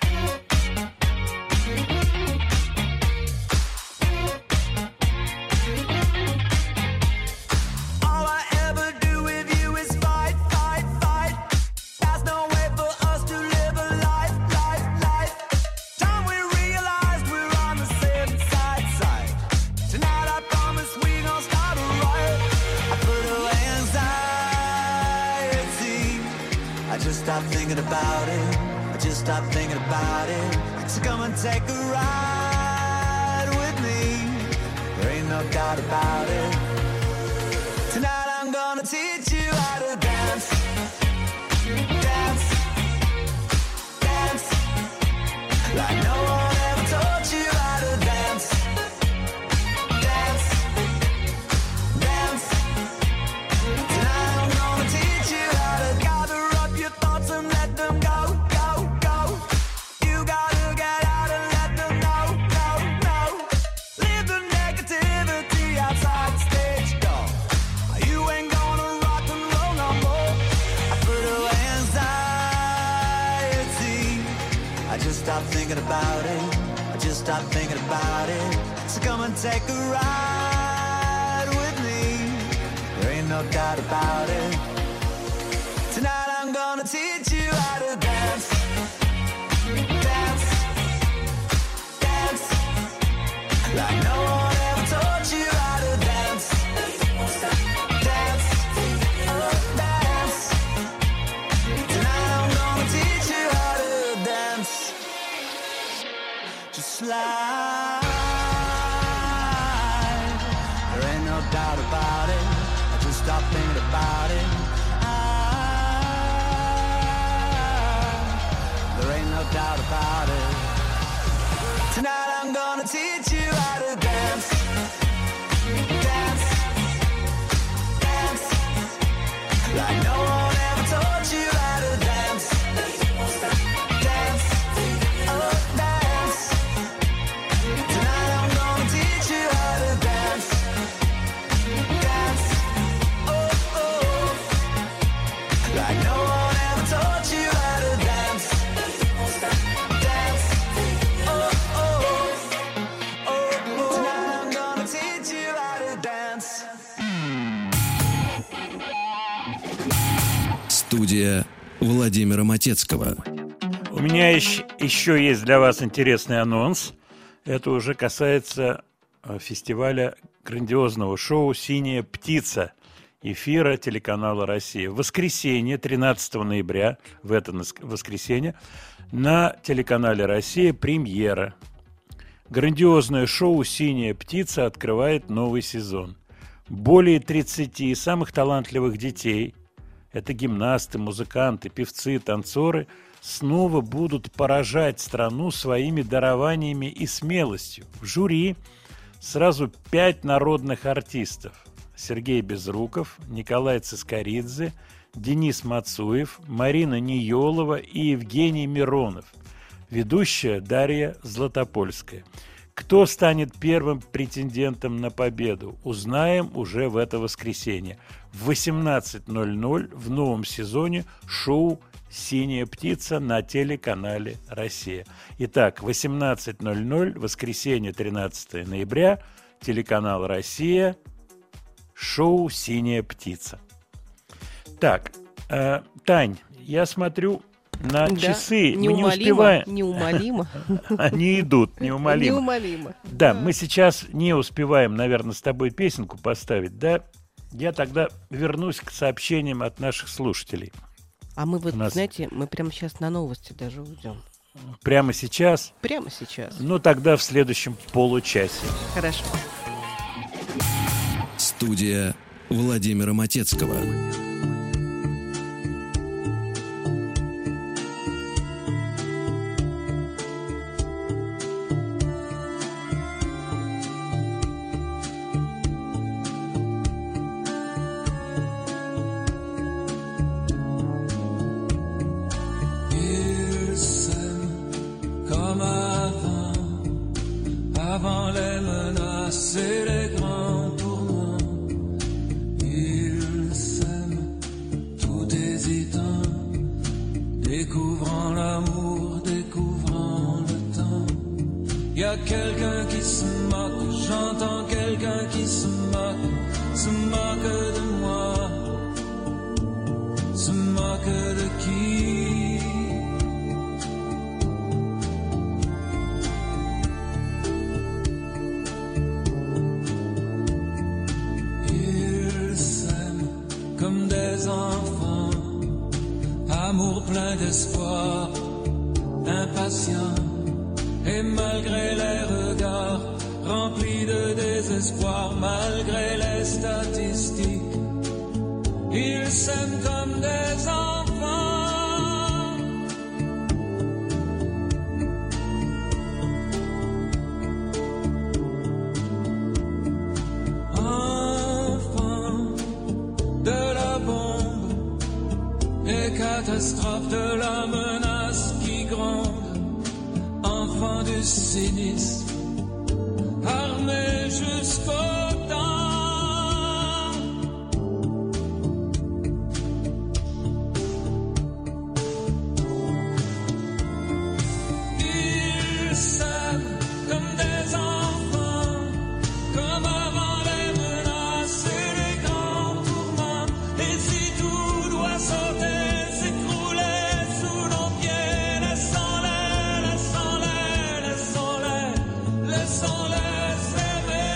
Stop thinking about it. I just stop thinking about it. So come and take a ride with me. There ain't no doubt about it. Tonight I'm gonna teach you how to dance. Dance. Dance. Like no one ever taught you how to dance. Dance. Dance. Tonight I'm gonna teach you how to gather up your thoughts and let them go, go, go. You gotta get out and let them know, no, no. Leave the negativity outside the stage door. You ain't gonna rock and roll no more. I put away anxiety. I just stop thinking about it. I just stop thinking about it. So come and take a ride with me. There ain't no doubt about it. Tonight I'm gonna teach you how to dance. Dance. Dance. Like no one ever taught you how to dance. Dance. Oh, dance. Tonight I'm gonna teach you how to dance. Just slide. There ain't no doubt about it. I just stop thinking about it. There ain't no doubt about it. Tonight I'm gonna teach you how to dance. Dance. Dance. Like no one ever taught you how to dance. Dance. Oh, dance. Tonight I'm gonna teach you how to dance. Dance. Oh, oh. Like no one ever taught you how to dance. Dance. Oh, oh. Oh, oh. Tonight I'm gonna teach you how to dance. Студия Владимира Матецкого. У меня еще, еще есть для вас интересный анонс. Это уже касается э, фестиваля грандиозного шоу «Синяя птица», эфира телеканала «Россия». В воскресенье, тринадцатого ноября, в это нос- воскресенье, на телеканале «Россия» премьера. Грандиозное шоу «Синяя птица» открывает новый сезон. Более тридцати самых талантливых детей, это гимнасты, музыканты, певцы, танцоры, снова будут поражать страну своими дарованиями и смелостью. В жюри сразу пять народных артистов. Сергей Безруков, Николай Цискоридзе, Денис Мацуев, Марина Ниелова и Евгений Миронов. Ведущая Дарья Златопольская. Кто станет первым претендентом на победу, узнаем уже в это воскресенье. В восемнадцать ноль ноль в новом сезоне шоу «Синяя птица» на телеканале «Россия». Итак, восемнадцать ноль ноль, воскресенье, тринадцатого ноября, телеканал «Россия», шоу «Синяя птица». Так, э, Тань, я смотрю на Да, часы. Мы не неумолимо, успеваем. неумолимо. Они идут, неумолимо. Неумолимо. Да, мы сейчас не успеваем, наверное, с тобой песенку поставить, да? Я тогда вернусь к сообщениям от наших слушателей. А мы вот, У нас- знаете, мы прямо сейчас на новости даже уйдем. Прямо сейчас, Прямо сейчас. ну тогда в следующем получасе. Хорошо. Студия Владимира Матецкого. a quelqu'un qui se moque, j'entends quelqu'un qui se moque, se moque de moi, se moque de qui? Ils s'aiment comme des enfants, amour plein d'espoir, impatient. Et malgré les regards remplis de désespoir, malgré les statistiques, ils s'aiment comme des enfants. Enfants de la bombe et catastrophes de la menace qui gronde. Enfant du cynisme, armé jusqu'aux dents. Ils s'aiment comme des enfants, comme avant les menaces et les grands tourments. Et si tout doit sauter, s'écrouler sous nos pieds, laissons-les, laissons-les, laissons-les, laissons-les s'aimer.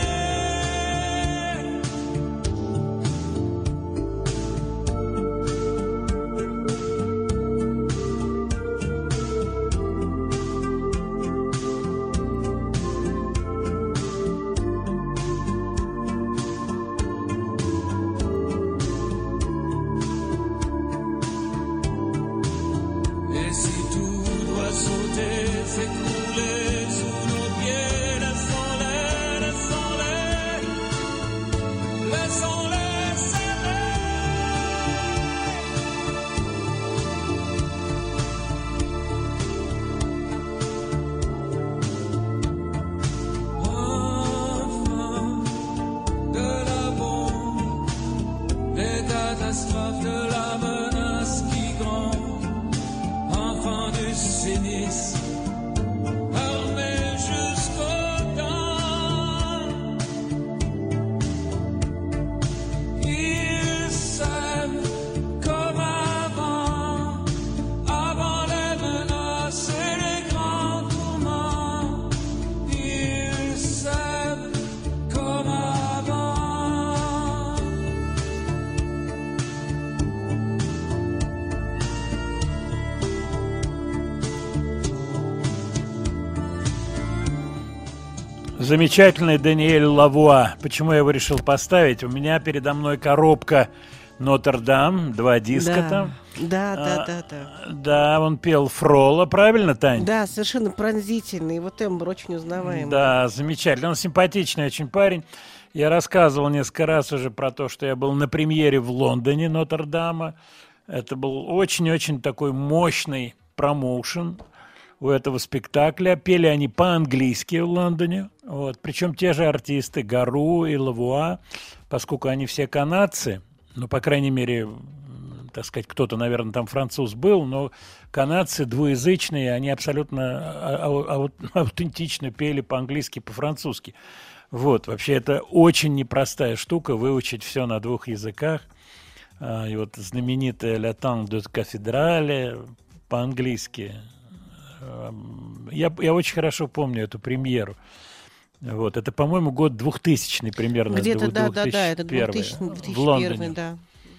Et si tout doit sauter, s'écrouler sous nos pieds, laissons-les, laissons-les, laissons-les s'aimer. Enfants de la bombe, des catastrophes de la menace qui gronde. Enfant du cynisme, armé jusqu'aux dents. Ils s'aiment comme avant, avant les menaces et les grands tourments. Ils s'aiment comme avant. Замечательный Даниэль Лавуа. Почему я его решил поставить? У меня передо мной коробка Нотр-Дам, два диска Да, там. да, да, А, да, да. Да, он пел Фрола, правильно, Тань? Да, совершенно пронзительный. Его тембр очень узнаваемый. Да, замечательно. Он симпатичный очень парень. Я рассказывал несколько раз уже про то, что я был на премьере в Лондоне Нотр-Дама. Это был очень-очень такой мощный промоушен у этого спектакля. Пели они по-английски в Лондоне. Вот. Причем те же артисты Гару и Лавуа, поскольку они все канадцы, ну, по крайней мере, м, так сказать, кто-то, наверное, там француз был, но канадцы двуязычные, они абсолютно а- а- ау- аутентично пели по-английски, по-французски. Вот, вообще это очень непростая штука, выучить все на двух языках. А, И вот знаменитая «La Tangue de Cathédrale» по-английски. Эм, Я, я очень хорошо помню эту премьеру. Вот, это, по-моему, год двухтысячный примерно. Где-то, дву- да, да, да, это двухтысячный, двухтысячный, в Лондоне. две тысячи первый, да.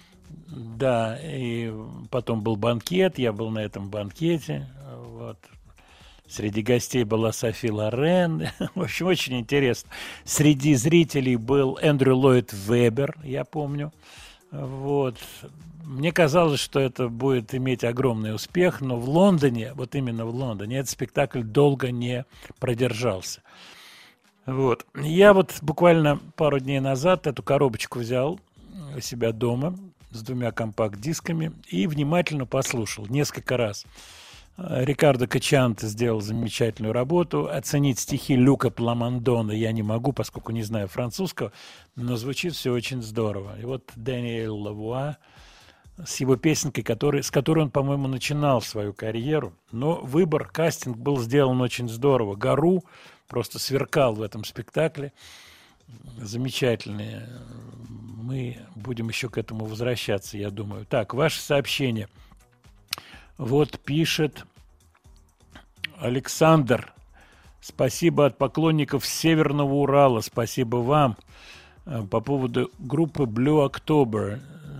Да, и потом был банкет, я был на этом банкете. Вот. Среди гостей была Софи Лорен. В общем, очень интересно. Среди зрителей был Эндрю Ллойд Веббер, я помню. Вот. Мне казалось, что это будет иметь огромный успех, но в Лондоне, вот именно в Лондоне, этот спектакль долго не продержался. Вот. Я вот буквально пару дней назад эту коробочку взял у себя дома с двумя компакт-дисками и внимательно послушал несколько раз. Э, Рикардо Качианте сделал замечательную работу. Оценить стихи Люка Пламондона я не могу, поскольку не знаю французского, но звучит все очень здорово. И вот Даниэль Лавуа с его песенкой, который, с которой он, по-моему, начинал свою карьеру. Но выбор, кастинг был сделан очень здорово. Гару просто сверкал в этом спектакле. Замечательные. Мы будем еще к этому возвращаться, я думаю. Так, ваше сообщение. Вот пишет Александр. Спасибо от поклонников Северного Урала. Спасибо вам. По поводу группы Blue October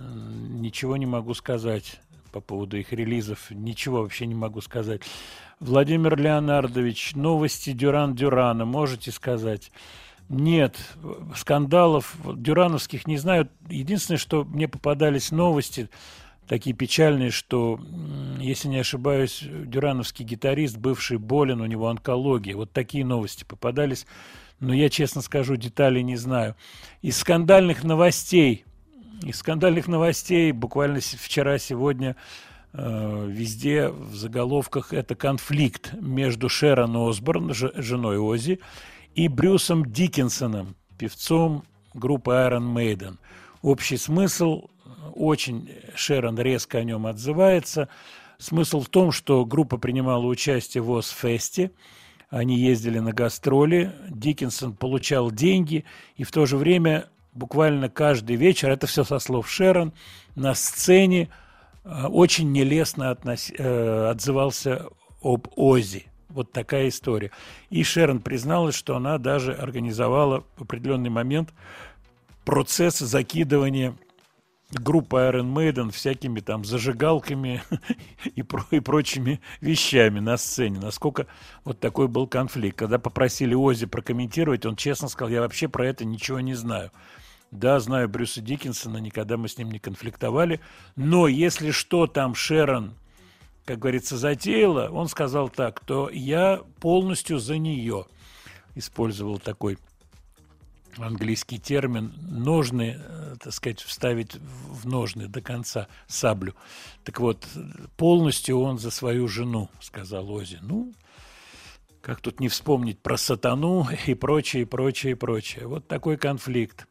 ничего не могу сказать. По поводу их релизов ничего вообще не могу сказать. Владимир Леонардович, новости Дюран-Дюрана можете сказать? Нет, скандалов дюрановских не знаю. Единственное, что мне попадались новости такие печальные, что, если не ошибаюсь, дюрановский гитарист, бывший болен, у него онкология. Вот такие новости попадались. Но я, честно скажу, деталей не знаю. Из скандальных новостей, из скандальных новостей буквально вчера-сегодня э, везде в заголовках это конфликт между Шерон Осборн, ж, женой Оззи, и Брюсом Диккенсоном, певцом группы Iron Maiden. Общий смысл, очень Шерон резко о нем отзывается. Смысл в том, что группа принимала участие в Озфесте, они ездили на гастроли, Диккенсон получал деньги, и в то же время буквально каждый вечер, это все со слов Шерон, на сцене очень нелестно относ... отзывался об Оззи. Вот такая история. И Шерон призналась, что она даже организовала в определенный момент процесс закидывания группы Iron Maiden всякими там зажигалками и, про, и прочими вещами на сцене. Насколько вот такой был конфликт. Когда попросили Оззи прокомментировать, он честно сказал, я вообще про это ничего не знаю. Да, знаю Брюса Диккенсона, никогда мы с ним не конфликтовали. Но если что там Шерон, как говорится, затеяла, он сказал так, то я полностью за нее. Использовал такой английский термин, ножны, так сказать, вставить в ножны до конца саблю. Так вот, полностью он за свою жену, сказал Оззи. Ну, как тут не вспомнить про сатану и прочее, и прочее, и прочее. Вот такой конфликт.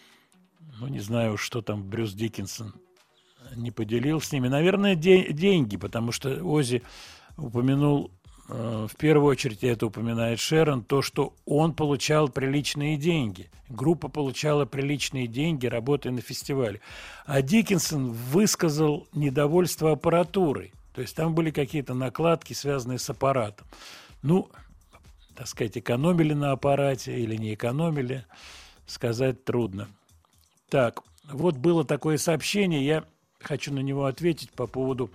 Ну, не знаю, что там Брюс Диккенсон не поделил с ними. Наверное, де- деньги, потому что Оззи упомянул, э, в первую очередь это упоминает Шерон, то, что он получал приличные деньги. Группа получала приличные деньги, работая на фестивале. А Диккенсон высказал недовольство аппаратурой. То есть там были какие-то накладки, связанные с аппаратом. Ну, так сказать, экономили на аппарате или не экономили, сказать трудно. Так, вот было такое сообщение, я хочу на него ответить по поводу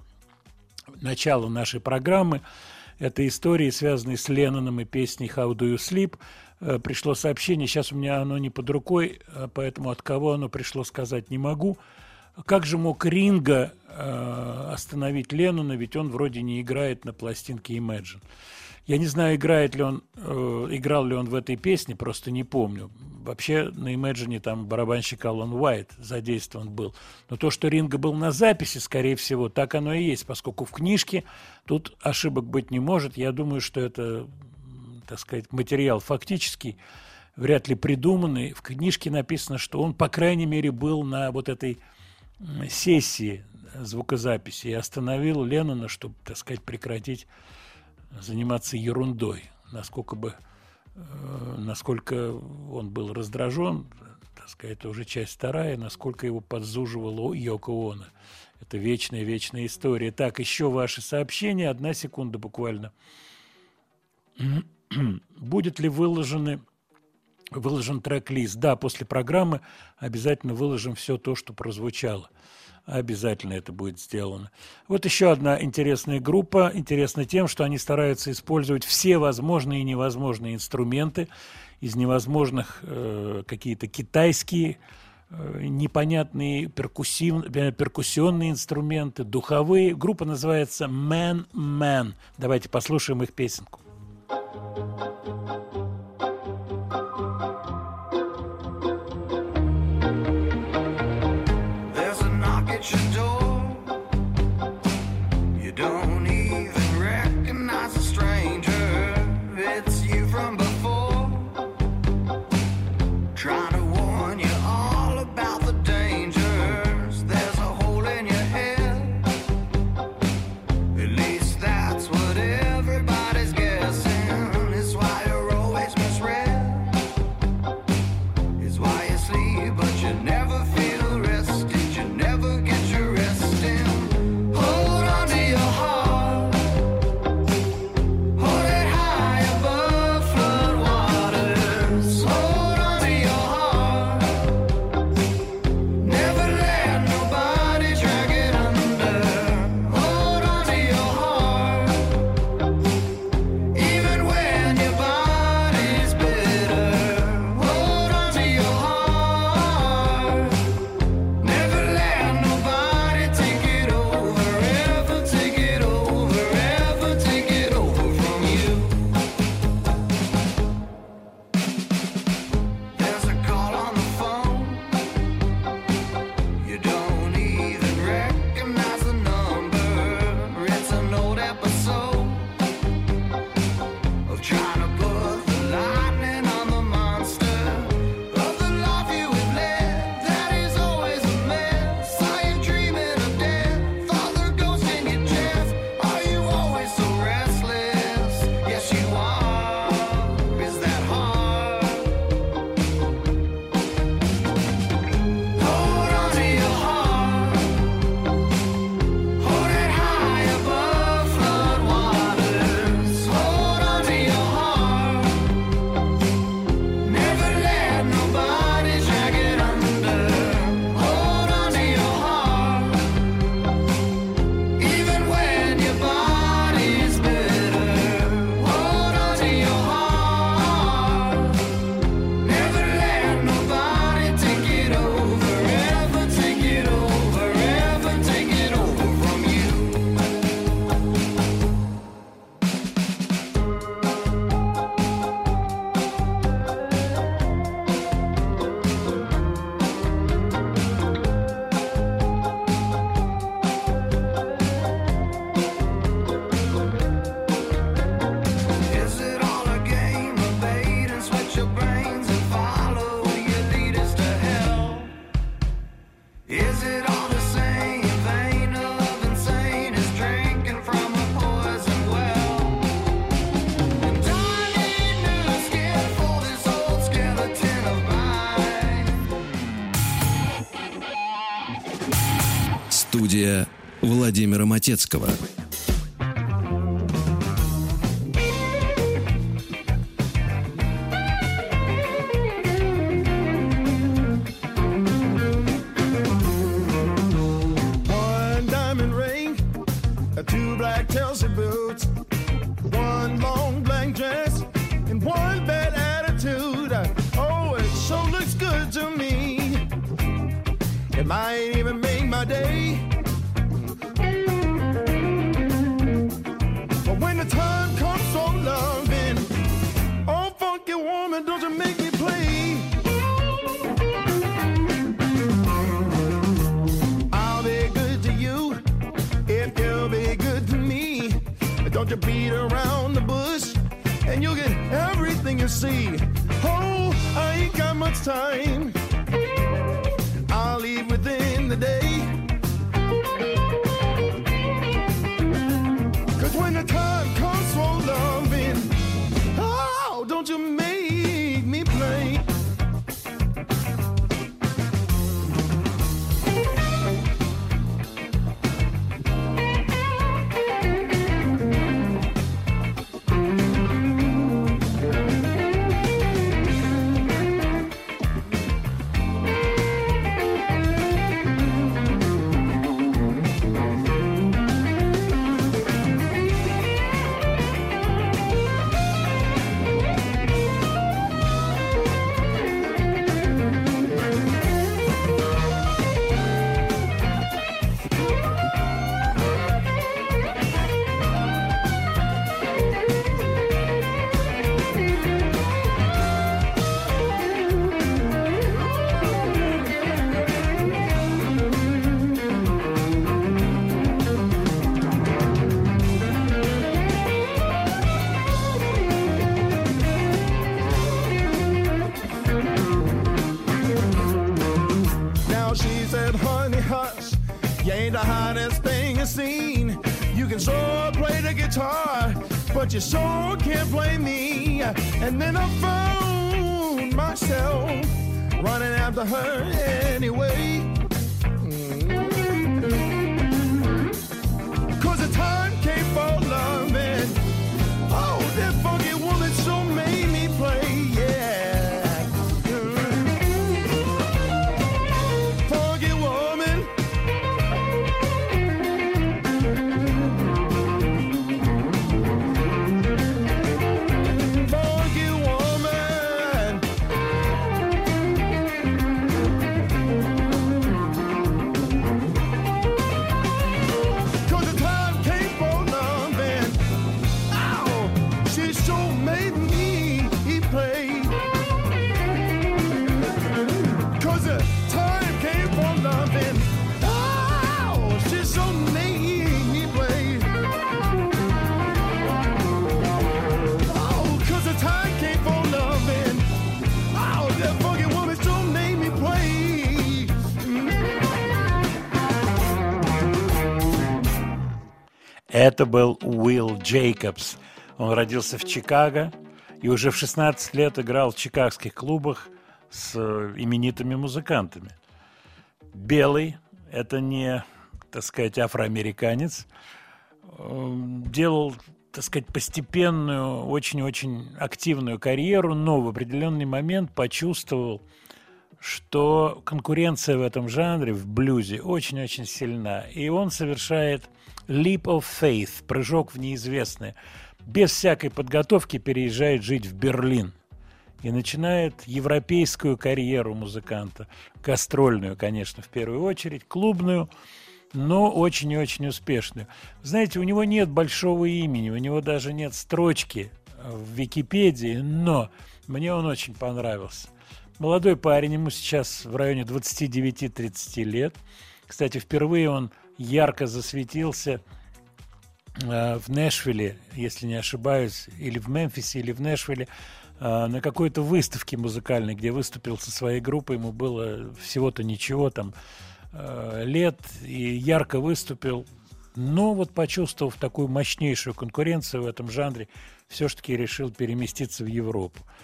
начала нашей программы. Это истории, связанные с Ленноном и песней «How do you sleep». Э, пришло сообщение, сейчас у меня оно не под рукой, поэтому от кого оно пришло, сказать не могу. Как же мог Ринго э, остановить Леннона, ведь он вроде не играет на пластинке Imagine. Я не знаю, играет ли он, э, играл ли он в этой песне, просто не помню. Вообще на Imagine там барабанщик Алан Уайт задействован был. Но то, что Ринго был на записи, скорее всего, так оно и есть, поскольку в книжке тут ошибок быть не может. Я думаю, что это, так сказать, материал фактический, вряд ли придуманный. В книжке написано, что он, по крайней мере, был на вот этой сессии звукозаписи и остановил Леннона, чтобы, так сказать, прекратить заниматься ерундой, насколько бы, э, насколько он был раздражен, так сказать, это уже часть вторая, насколько его подзуживала Йоко Оно. Это вечная-вечная история. Так, еще ваши сообщения, одна секунда буквально. Будет ли выложены, выложен трек-лист? Да, после программы обязательно выложим все то, что прозвучало. Обязательно это будет сделано. Вот еще одна интересная группа. Интересна тем, что они стараются использовать все возможные и невозможные инструменты. Из невозможных э, какие-то китайские, э, непонятные перкуссив, перкуссионные инструменты, духовые. Группа называется Man Man. Давайте послушаем их песенку. At least that's what everybody's getting. Студия Владимира Матецкого. One diamond ring, two black Chelsea boots, one long black dress, and one bad attitude. Oh, it sure looks good to me. It might even make my day. But when the time comes for loving, oh, funky woman, don't you make me play. I'll be good to you if you'll be good to me. Don't you beat around the bush and you'll get everything you see. Oh, I ain't got much time. I'll leave within the day. Cause when the time comes for loving, oh, don't you make me play. Now she said, honey, hush, you ain't the hottest thing you've seen. You can sure play the guitar, but you sure can't play me. And then I found myself running after her anyway. Cause the time came for loving. Oh, that funky woman so made me play, yeah. Funky woman. Funky woman. Cause the time came for loving. Ow, she sure made me play. Cause the time came for loving. Ow, she sure made me play. Oh, cause the time came for loving. Oh, that funky woman sure made me play. Это был Уилл Джейкобс. Он родился в Чикаго и уже в шестнадцать лет играл в чикагских клубах с э, именитыми музыкантами. Белый – это не, так сказать, афроамериканец. Он делал, так сказать, постепенную, очень-очень активную карьеру, но в определенный момент почувствовал, что конкуренция в этом жанре, в блюзе, очень-очень сильна. И он совершает leap of faith, прыжок в неизвестное. Без всякой подготовки переезжает жить в Берлин и начинает европейскую карьеру музыканта. Гастрольную, конечно, в первую очередь, клубную, но очень и очень успешную. Знаете, у него нет большого имени, у него даже нет строчки в Википедии, но мне он очень понравился. Молодой парень, ему сейчас в районе двадцать девять - тридцать лет. Кстати, впервые он ярко засветился э, в Нэшвилле, если не ошибаюсь, или в Мемфисе, или в Нэшвилле, э, на какой-то выставке музыкальной, где выступил со своей группой. Ему было всего-то ничего там э, лет, и ярко выступил. Но вот почувствовав такую мощнейшую конкуренцию в этом жанре, все-таки решил переместиться в Европу.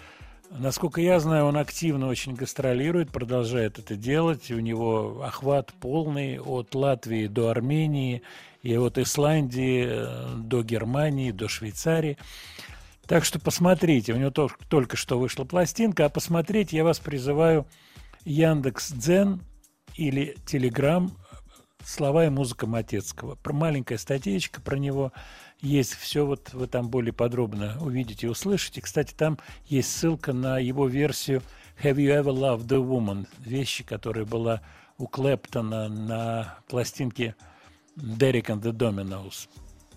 Насколько я знаю, он активно очень гастролирует, продолжает это делать. У него охват полный от Латвии до Армении, и от Исландии до Германии, до Швейцарии. Так что посмотрите, у него только, только что вышла пластинка, а посмотреть я вас призываю Яндекс.Дзен или Телеграм «Слова и музыка Матецкого». Про маленькая статейка про него есть, все вот вы там более подробно увидите и услышите. Кстати, там есть ссылка на его версию «Have you ever loved a woman?» вещи, которая была у Клэптона на пластинке «Derek and the Dominos»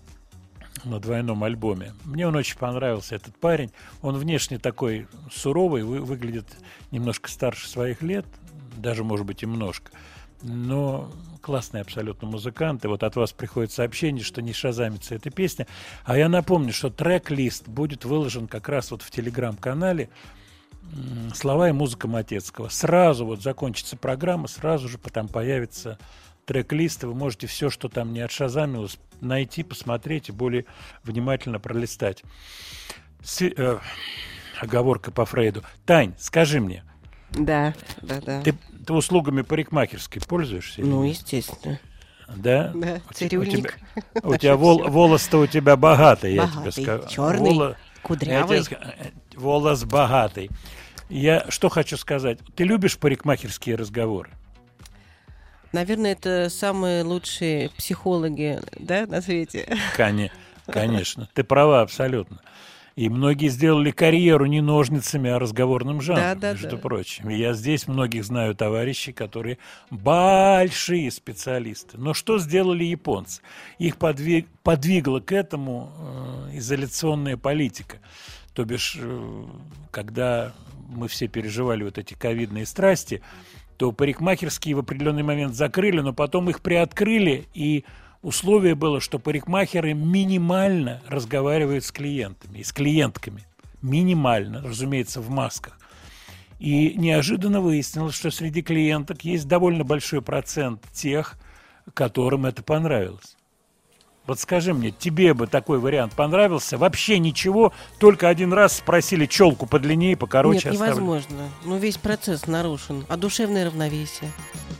на двойном альбоме. Мне он очень понравился, этот парень. Он внешне такой суровый, вы, выглядит немножко старше своих лет, даже, может быть, и немножко. Но классный абсолютно музыкант. И вот от вас приходит сообщение, что не шазамится эта песня. А я напомню, что трек-лист будет выложен как раз вот в телеграм-канале «Слова и музыка Матецкого». Сразу вот закончится программа, сразу же потом появится трек-лист. Вы можете все, что там не отшазамилось, найти, посмотреть и более внимательно пролистать. С, э, оговорка по Фрейду. Тань, скажи мне. Да, да, да. Ты, ты услугами парикмахерской пользуешься? Ну, естественно. Да? Да, у цирюльник. Тебя, у тебя вол, волос-то у тебя богатый, я тебе скажу. Черный, Воло... кудрявый. Тебе, волос богатый. Я что хочу сказать. Ты любишь парикмахерские разговоры? Наверное, это самые лучшие психологи, да, на свете. Конечно. Ты права абсолютно. И многие сделали карьеру не ножницами, а разговорным жанром, да, да, между да. прочим. И я здесь многих знаю товарищей, которые большие специалисты. Но что сделали японцы? Их подвиг, подвигла к этому э, изоляционная политика. То бишь, э, когда мы все переживали вот эти ковидные страсти, то парикмахерские в определенный момент закрыли, но потом их приоткрыли, и условие было, что парикмахеры минимально разговаривают с клиентами и с клиентками. Минимально, разумеется, в масках. И неожиданно выяснилось, что среди клиенток есть довольно большой процент тех, которым это понравилось. Вот скажи мне, тебе бы такой вариант понравился? Вообще ничего, только один раз спросили челку подлиннее, покороче оставили. Нет, невозможно. Ну, весь процесс нарушен. А душевное равновесие?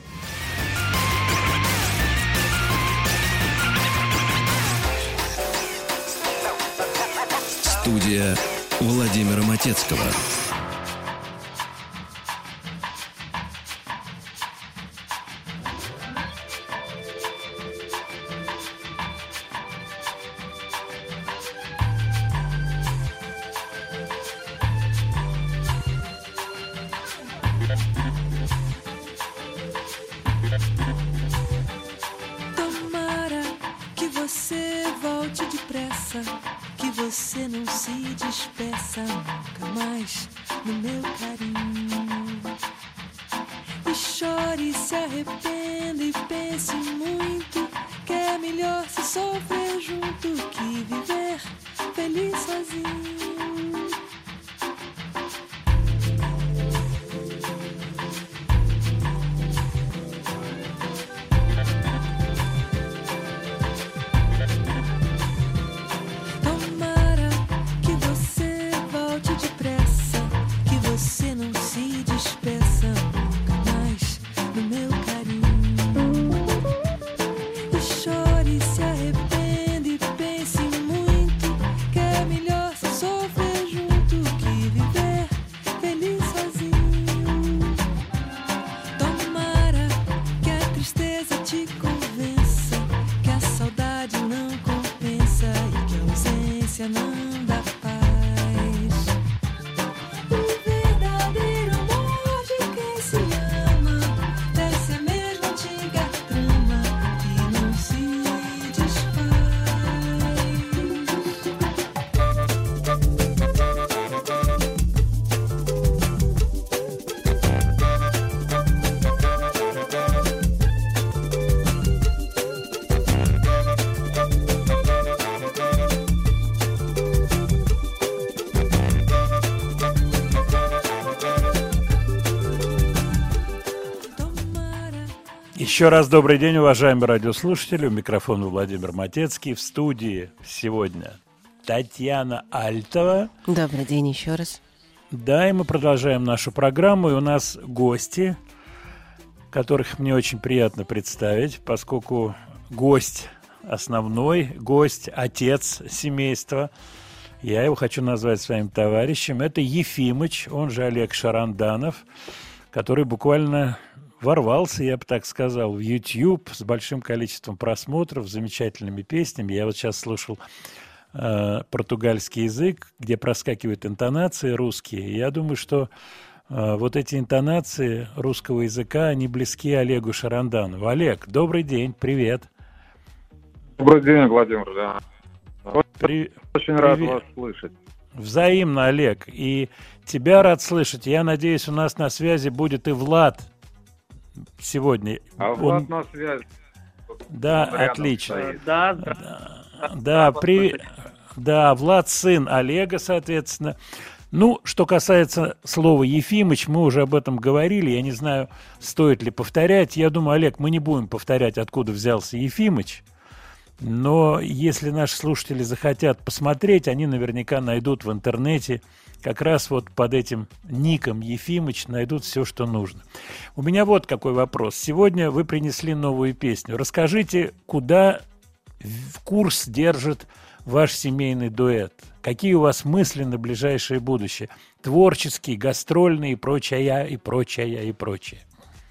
Студия Владимира Матецкого. Tomara que você volte depressa, que você não se despeça nunca mais no meu carinho. E chore, se arrependa e pense muito, que é melhor se sofrer junto que viver feliz sozinho. Еще раз добрый день, уважаемые радиослушатели. У микрофона Владимир Матецкий. В студии сегодня Татьяна Альтова. Добрый день еще раз. Да, и мы продолжаем нашу программу, и у нас гости, которых мне очень приятно представить, поскольку гость основной, гость, отец семейства, я его хочу назвать своим товарищем, это Ефимыч, он же Олег Шаранданов, который буквально ворвался, я бы так сказал, в YouTube с большим количеством просмотров, с замечательными песнями. Я вот сейчас слушал э, португальский язык, где проскакивают интонации русские. Я думаю, что э, вот эти интонации русского языка, они близки Олегу Шаранданову. Олег, добрый день, привет. Добрый день, Владимир. Да. При... Очень рад Привет. вас слышать. Взаимно, Олег. И тебя рад слышать. Я надеюсь, у нас на связи будет и Влад сегодня. А Он... Влад на связи. Да, Он рядом отлично. стоит. Да, Да, да, при... да, Влад сын Олега, соответственно. Ну, что касается слова Ефимыч, мы уже об этом говорили. Я не знаю, стоит ли повторять. Я думаю, Олег, мы не будем повторять, откуда взялся Ефимыч. Но если наши слушатели захотят посмотреть, они наверняка найдут в интернете как раз вот под этим ником Ефимыч, найдут все, что нужно. У меня вот какой вопрос. Сегодня вы принесли новую песню. Расскажите, куда в курс держит ваш семейный дуэт? Какие у вас мысли на ближайшее будущее? Творческие, гастрольные и прочее, и прочее, и прочее.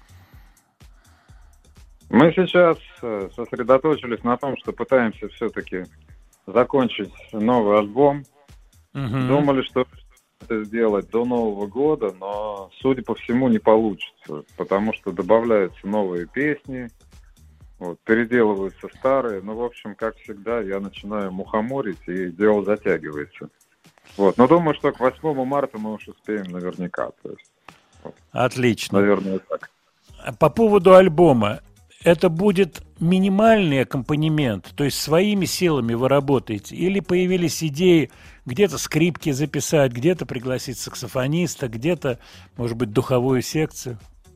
Мы сейчас сосредоточились на том, что пытаемся все-таки закончить новый альбом. Угу. Думали, что это сделать до Нового года, но, судя по всему, не получится, потому что добавляются новые песни, вот, переделываются старые. Ну, в общем, как всегда, я начинаю мухоморить, и дело затягивается. Вот. Но думаю, что к восьмому марта мы уж успеем наверняка. То есть, вот. Отлично. Наверное, так. По поводу альбома. Это будет минимальный аккомпанемент, то есть своими силами вы работаете, или появились идеи где-то скрипки записать, где-то пригласить саксофониста, где-то, может быть, духовую секцию?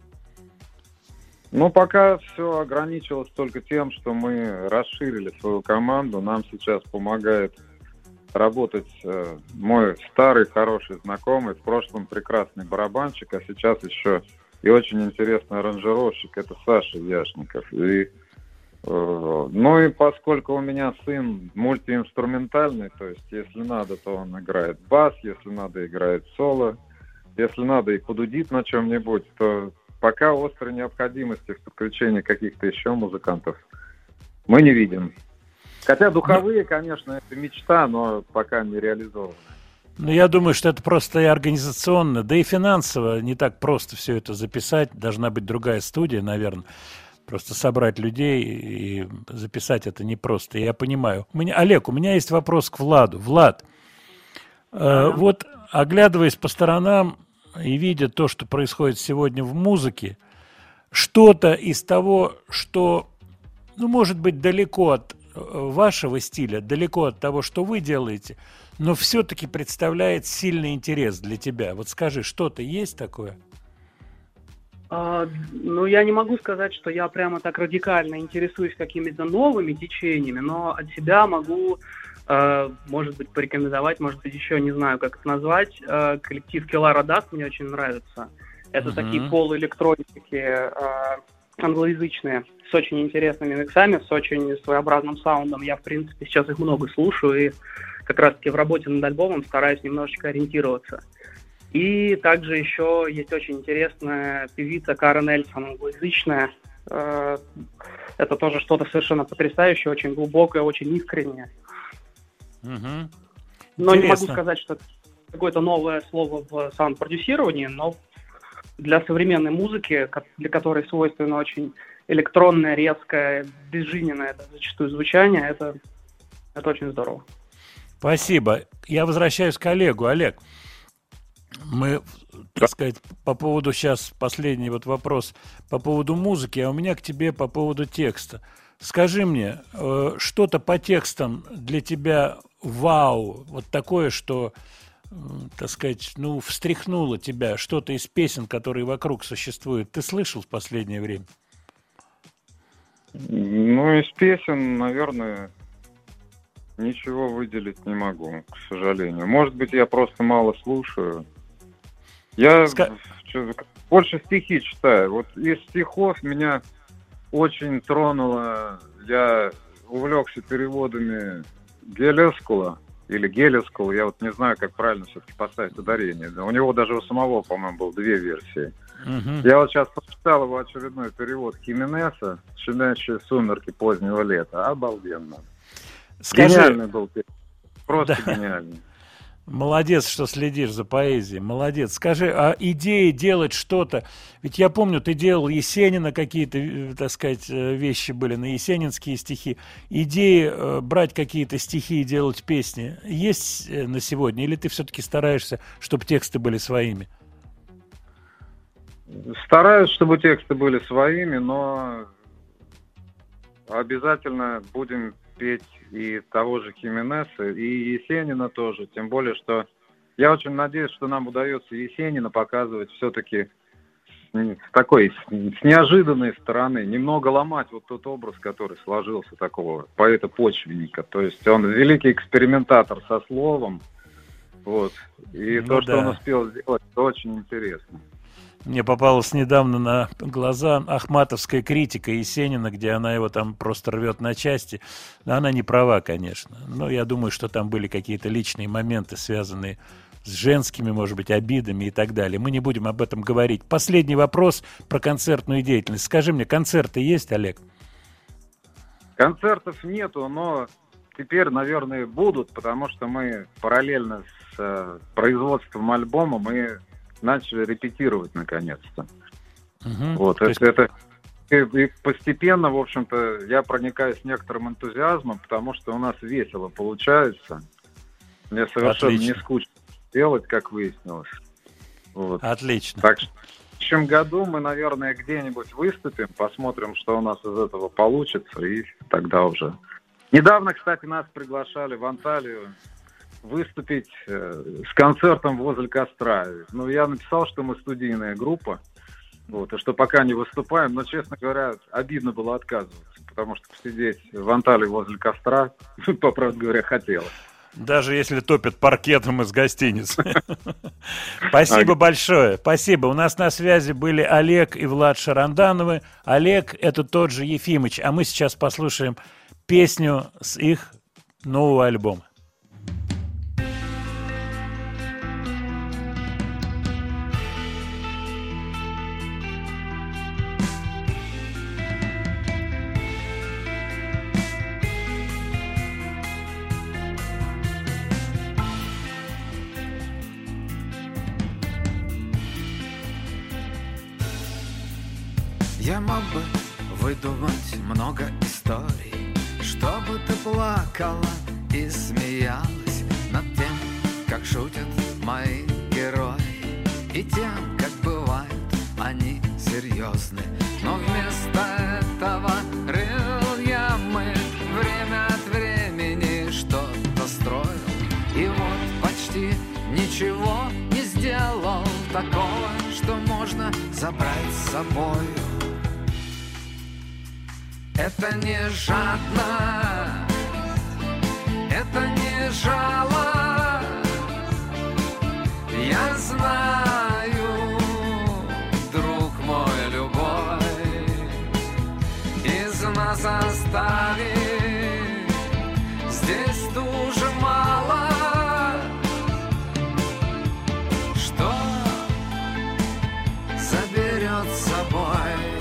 Ну, пока все ограничилось только тем, что мы расширили свою команду. Нам сейчас помогает работать э, мой старый хороший знакомый, в прошлом прекрасный барабанщик, а сейчас еще и очень интересный аранжировщик, это Саша Яшников. И, э, ну и поскольку у меня сын мультиинструментальный, то есть если надо, то он играет бас, если надо, играет соло, если надо и подудит на чем-нибудь, то пока острой необходимости в подключении каких-то еще музыкантов мы не видим. Хотя духовые, конечно, это мечта, но пока не реализована. Ну, я думаю, что это просто и организационно, да и финансово не так просто все это записать. Должна быть другая студия, наверное. Просто собрать людей и записать это непросто. Я понимаю. У меня, Олег, у меня есть вопрос к Владу. Влад, э, вот оглядываясь по сторонам и видя то, что происходит сегодня в музыке, что-то из того, что, ну, может быть, далеко от вашего стиля, далеко от того, что вы делаете, но все-таки представляет сильный интерес для тебя. Вот скажи, что-то есть такое? А, ну, я не могу сказать, что я прямо так радикально интересуюсь какими-то новыми течениями, но от себя могу, э, может быть, порекомендовать, может быть, еще не знаю, как это назвать. Э, коллектив Келара Даст мне очень нравится. Это uh-huh. такие полуэлектроники э, англоязычные, с очень интересными миксами, с очень своеобразным саундом. Я, в принципе, сейчас их много слушаю, и как раз-таки в работе над альбомом стараюсь немножечко ориентироваться. И также еще есть очень интересная певица Карен Эльсон, англоязычная. Это тоже что-то совершенно потрясающее, очень глубокое, очень искреннее. Угу. Но не могу сказать, что это какое-то новое слово в саунд-продюсировании, но для современной музыки, для которой свойственно очень электронное, резкое, безжизненное это зачастую звучание, это, это очень здорово. Спасибо. Я возвращаюсь к Олегу. Олег, мы, так сказать, по поводу сейчас последний вот вопрос по поводу музыки, а у меня к тебе по поводу текста. Скажи мне, э, что-то по текстам для тебя вау, вот такое, что, э, так сказать, ну, встряхнуло тебя, что-то из песен, которые вокруг существуют, ты слышал в последнее время? Ну, из песен, наверное, ничего выделить не могу, к сожалению. Может быть, я просто мало слушаю. Я Ска- чё, больше стихи читаю. Вот из стихов меня очень тронуло. Я увлекся переводами Гелескула или Гелескул. Я вот не знаю, как правильно все-таки поставить ударение. У него даже у самого, по-моему, было две версии. Мгм. Я вот сейчас прочитал его очередной перевод Хименеса «Щадящие сумерки позднего лета». Обалденно. Скажи, Гениальный был перевод. Просто Да. гениальный. молодец, что следишь за поэзией, молодец. Скажи, а идеи делать что-то? Ведь я помню, ты делал Есенина, какие-то, э, так сказать, э, вещи были на есенинские стихи. Идеи э, брать какие-то стихи и делать песни есть э, на сегодня? Или ты все-таки стараешься, чтобы тексты были своими? Стараюсь, чтобы тексты были своими, но обязательно будем петь и того же Хименеса, и Есенина тоже. Тем более, что я очень надеюсь, что нам удается Есенина показывать все-таки с такой, с неожиданной стороны. Немного ломать вот тот образ, который сложился такого поэта-почвенника. То есть он великий экспериментатор со словом. Вот. И Ну то, что да. он успел сделать, это очень интересно. Мне попалась недавно на глаза ахматовская критика Есенина, где она его там просто рвет на части. Но она не права, конечно. Но я думаю, что там были какие-то личные моменты, связанные с женскими, может быть, обидами и так далее. Мы не будем об этом говорить. Последний вопрос про концертную деятельность. Скажи мне, концерты есть, Олег? Концертов нету, но теперь, наверное, будут, потому что мы параллельно с э, производством альбома мы начали репетировать наконец-то. Мгм. Вот, То это, это и, и постепенно, в общем-то, я проникаюсь некоторым энтузиазмом, потому что у нас весело получается. Мне совершенно Отлично. не скучно делать, как выяснилось. Вот. Отлично. Так что в следующем году мы, наверное, где-нибудь выступим, посмотрим, что у нас из этого получится, и тогда уже. Недавно, кстати, нас приглашали в Анталию выступить э, с концертом возле костра. Ну, я написал, что мы студийная группа, вот, и что пока не выступаем, но, честно говоря, обидно было отказываться, потому что посидеть в Анталии возле костра, по правде говоря, хотелось. Даже если топят паркетом из гостиниц. Спасибо большое. Спасибо. У нас на связи были Олег и Влад Шарандановы. Олег — это тот же Ефимыч. А мы сейчас послушаем песню с их нового альбома. Я мог бы выдумать много историй, чтобы ты плакала и смеялась над тем, как шутят мои герои, и тем, как бывают они серьезны. Но вместо этого рыл ямы, время от времени что-то строил, и вот почти ничего не сделал такого, что можно забрать с собой. Это не жадно, это не жало. Я знаю, друг мой, любовь из нас оставит здесь туже мало, что заберет с собой.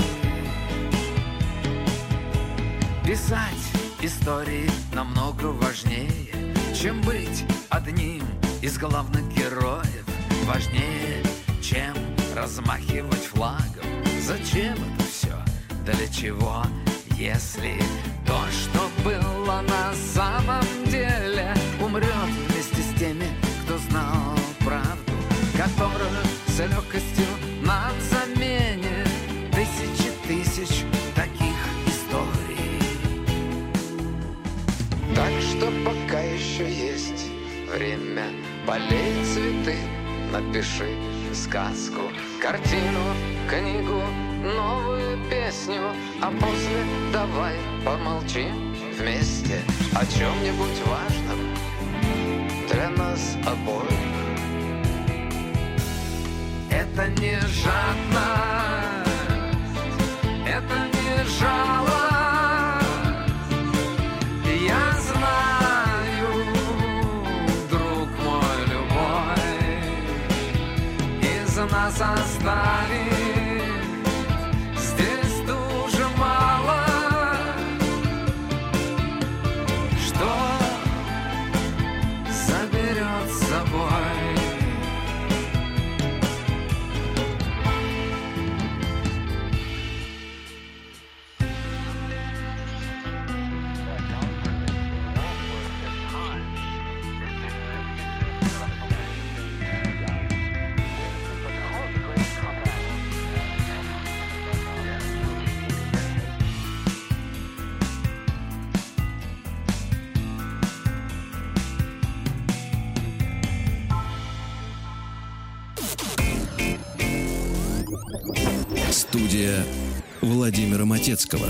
Писать истории намного важнее, чем быть одним из главных героев. Важнее, чем размахивать флагом. Зачем это все? Для чего? Если то, что было на самом деле, умрет вместе с теми, кто знал правду, которую с легкостью нам заменит тысячи тысяч таких историй. Так что пока еще есть время, полей цветы, напиши сказку, картину, книгу, новую песню, а после давай помолчим вместе о чем-нибудь важном для нас обоих. это не жадность, это не жалость. Я знаю, друг мой, любовь из нас оставит здесь дуже мало, что заберет с собой. Студия Владимира Матецкого.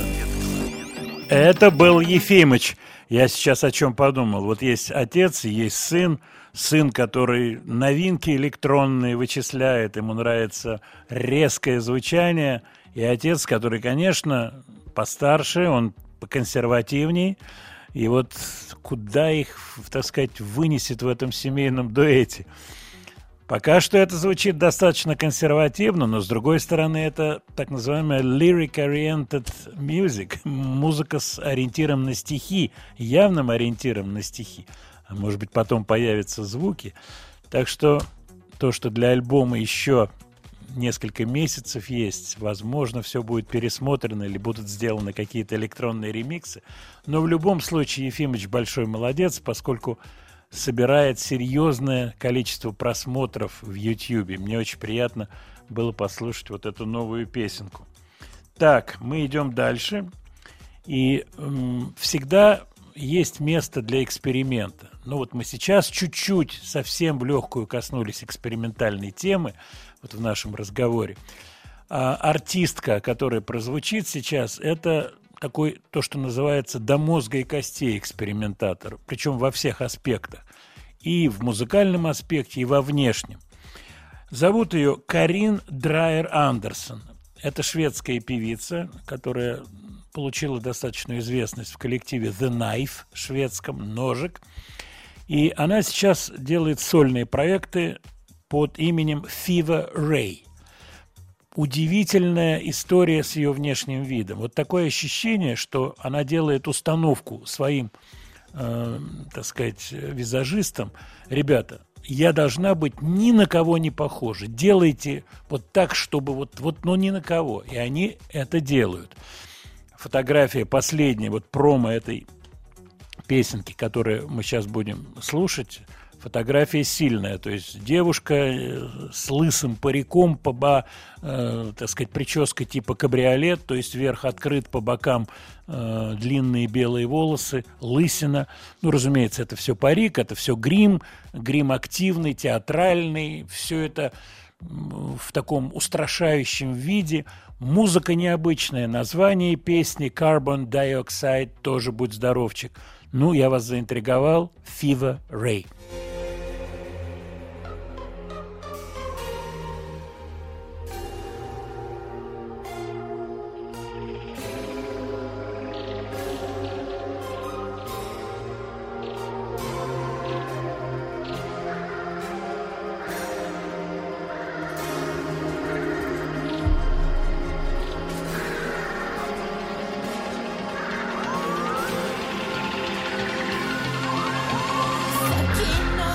Это был Ефимыч. Я сейчас о чем подумал. Вот есть отец, есть сын. Сын, который новинки электронные вычисляет, ему нравится резкое звучание. И отец, который, конечно, постарше, он поконсервативней. И вот куда их, так сказать, вынесет в этом семейном дуэте? Пока что это звучит достаточно консервативно, но, с другой стороны, это так называемая lyric-oriented music, музыка с ориентиром на стихи, явным ориентиром на стихи. А может быть, потом появятся звуки. Так что то, что для альбома еще несколько месяцев есть, возможно, все будет пересмотрено или будут сделаны какие-то электронные ремиксы. Но в любом случае Ефимыч большой молодец, поскольку собирает серьезное количество просмотров в Ютьюбе. Мне очень приятно было послушать вот эту новую песенку. Так, мы идем дальше. И м, всегда есть место для эксперимента. Ну вот мы сейчас чуть-чуть, совсем в легкую коснулись экспериментальной темы вот в нашем разговоре. А артистка, которая прозвучит сейчас, это такой, то, что называется, до мозга и костей экспериментатор, причем во всех аспектах, и в музыкальном аспекте, и во внешнем. Зовут ее Карин Драйер Андерсон. Это шведская певица, которая получила достаточную известность в коллективе The Knife, шведском, «Ножик». И она сейчас делает сольные проекты под именем Fever Ray. Удивительная история с ее внешним видом. Вот такое ощущение, что она делает установку своим, э, так сказать, визажистам. Ребята, я должна быть ни на кого не похожа. Делайте вот так, чтобы вот, вот, ну, ни на кого. И они это делают. Фотография последняя, вот промо этой песенки, которую мы сейчас будем слушать, фотография сильная, то есть девушка с лысым париком, по, э, так сказать, прическа типа кабриолет, то есть верх открыт, по бокам э, длинные белые волосы, лысина. Ну, разумеется, это все парик, это все грим, грим активный, театральный, все это в таком устрашающем виде. Музыка необычная, название песни Carbon Dioxide, тоже будь здоровчик. Ну, я вас заинтриговал. Fever Ray. Que no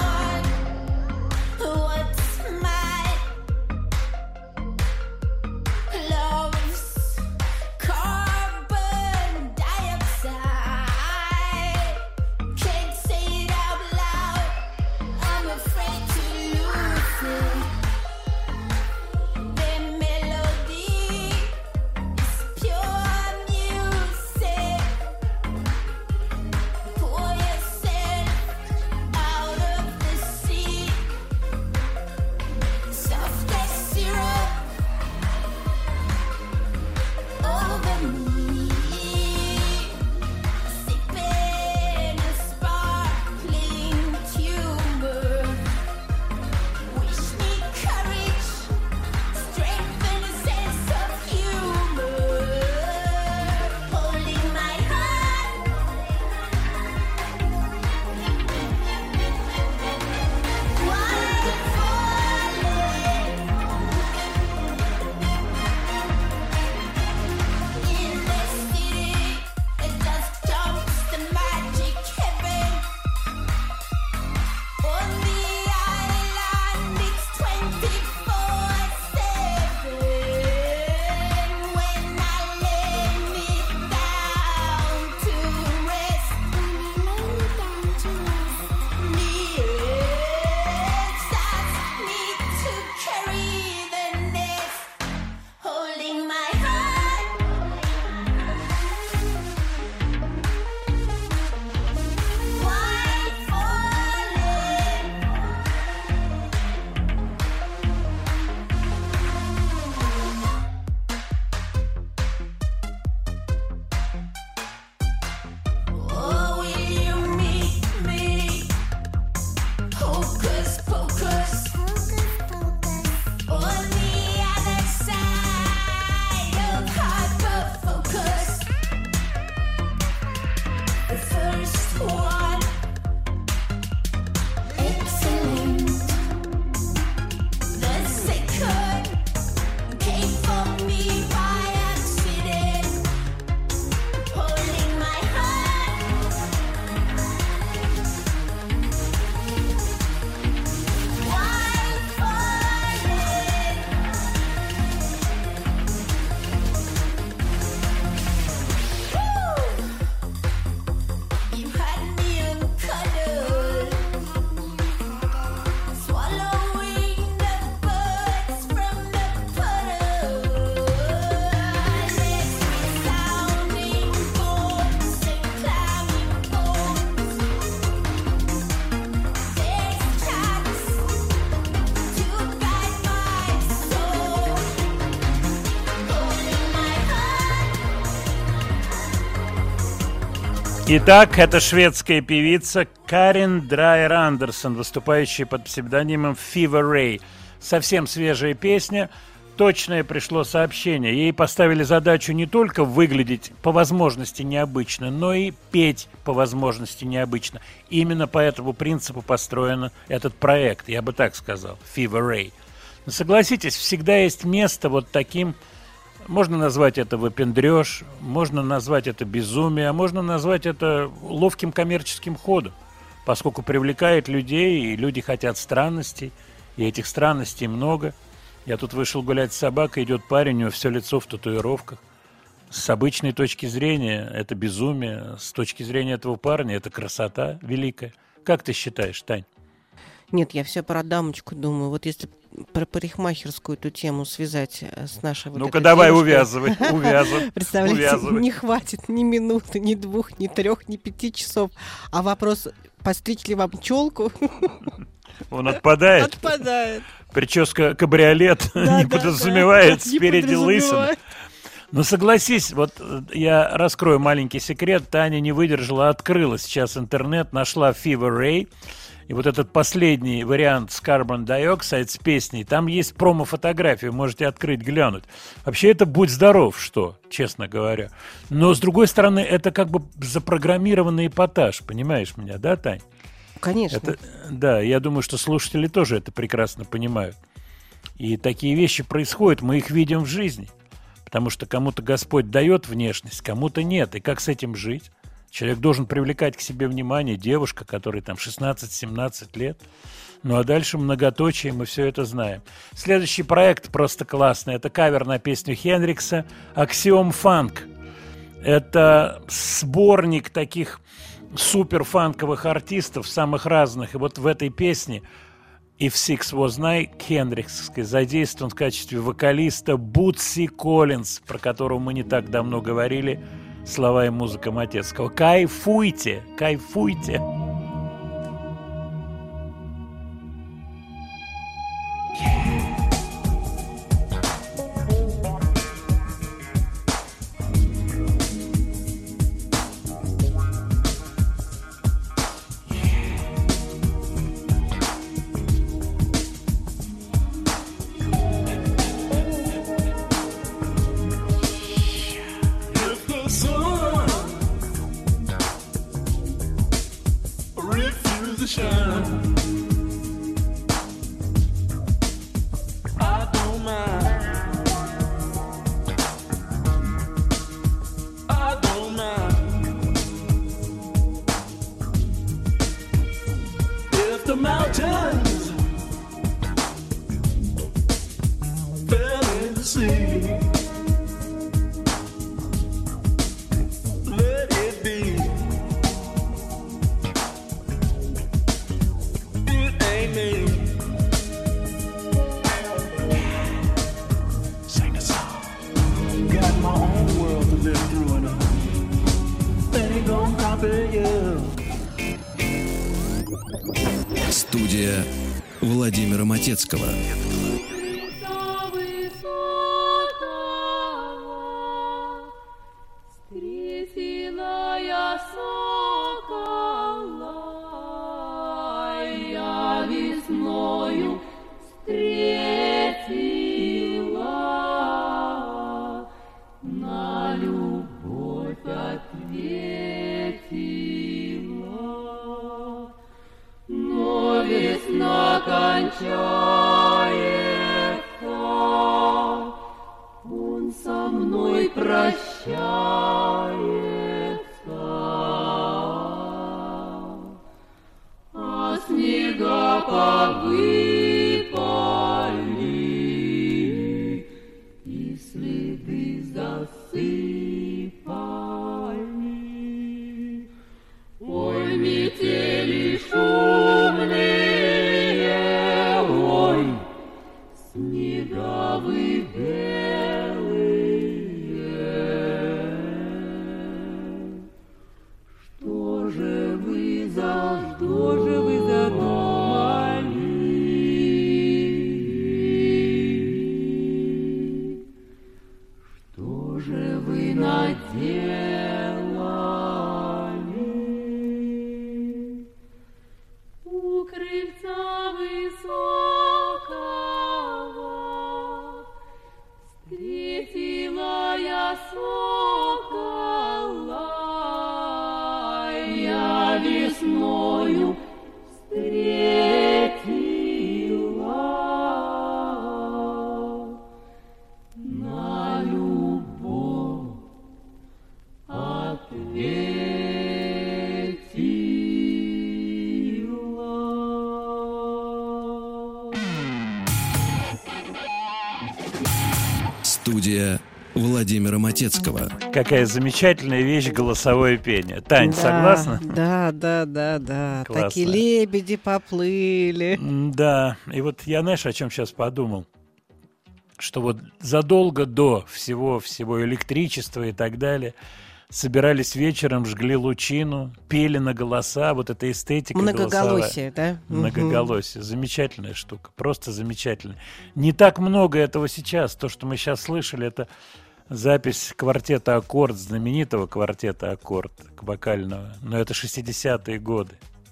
Итак, это шведская певица Карин Драйер Андерсон, выступающая под псевдонимом Fever Ray. Совсем свежая песня. Точное пришло сообщение. Ей поставили задачу не только выглядеть по возможности необычно, но и петь по возможности необычно. Именно по этому принципу построен этот проект, я бы так сказал, Fever Ray. Но согласитесь, всегда есть место вот таким. Можно назвать это выпендрёж, можно назвать это безумие, а можно назвать это ловким коммерческим ходом, поскольку привлекает людей, и люди хотят странностей, и этих странностей много. Я тут вышел гулять с собакой, идет парень, у него все лицо в татуировках. С обычной точки зрения это безумие, с точки зрения этого парня это красота великая. Как ты считаешь, Тань? Нет, я все про дамочку думаю. Вот если про парикмахерскую эту тему связать с нашей вот Ну-ка, давай девушкой, увязывай, увязывай. Представляете, увязывай. не хватит ни минуты, ни двух, ни трех, ни пяти часов. А вопрос, постричь ли вам челку? Он отпадает. Отпадает. Прическа кабриолет Да, не да, подразумевает да, не спереди лысину. подразумевает. Но согласись, вот я раскрою маленький секрет. Таня не выдержала, открыла сейчас интернет, нашла Fever Ray. И вот этот последний вариант с Carbon Dioxide, с песней, там есть промо-фотография, можете открыть, глянуть. Вообще это «Будь здоров», что, честно говоря. Но, с другой стороны, это как бы запрограммированный эпатаж, понимаешь меня, да, Тань? Конечно. Это, да, я думаю, что слушатели тоже это прекрасно понимают. И такие вещи происходят, мы их видим в жизни. Потому что кому-то Господь дает внешность, кому-то нет. И как с этим жить? Человек должен привлекать к себе внимание, девушка, которой там шестнадцать-семнадцать лет. Ну а дальше многоточие, мы все это знаем. Следующий проект просто классный. Это кавер на песню Хендрикса «Axiom Funk». Это сборник таких суперфанковых артистов, самых разных. И вот в этой песне «If Six Was Nine» хендриксской задействован в качестве вокалиста Бутси Коллинз, про которого мы не так давно говорили. Слова и музыка Матецкого. Кайфуйте, кайфуйте. Студия Владимира Матецкого. Что же вы задумали? Студия Владимира Матецкого. Какая замечательная вещь — голосовое пение. Тань, Да, согласна? Да, да, да, да. Классно. Такие лебеди поплыли. М, Да, и вот я, знаешь, о чем сейчас подумал? Что вот задолго до всего-всего электричества и так далее собирались вечером, жгли лучину, пели на голоса, вот эта эстетика Многоголосие, голосовая. да? Мгм. Многоголосие. Замечательная штука, просто замечательная. Не так много этого сейчас. То, что мы сейчас слышали, это запись квартета «Аккорд», знаменитого квартета «Аккорд», вокального. Но это шестидесятые годы.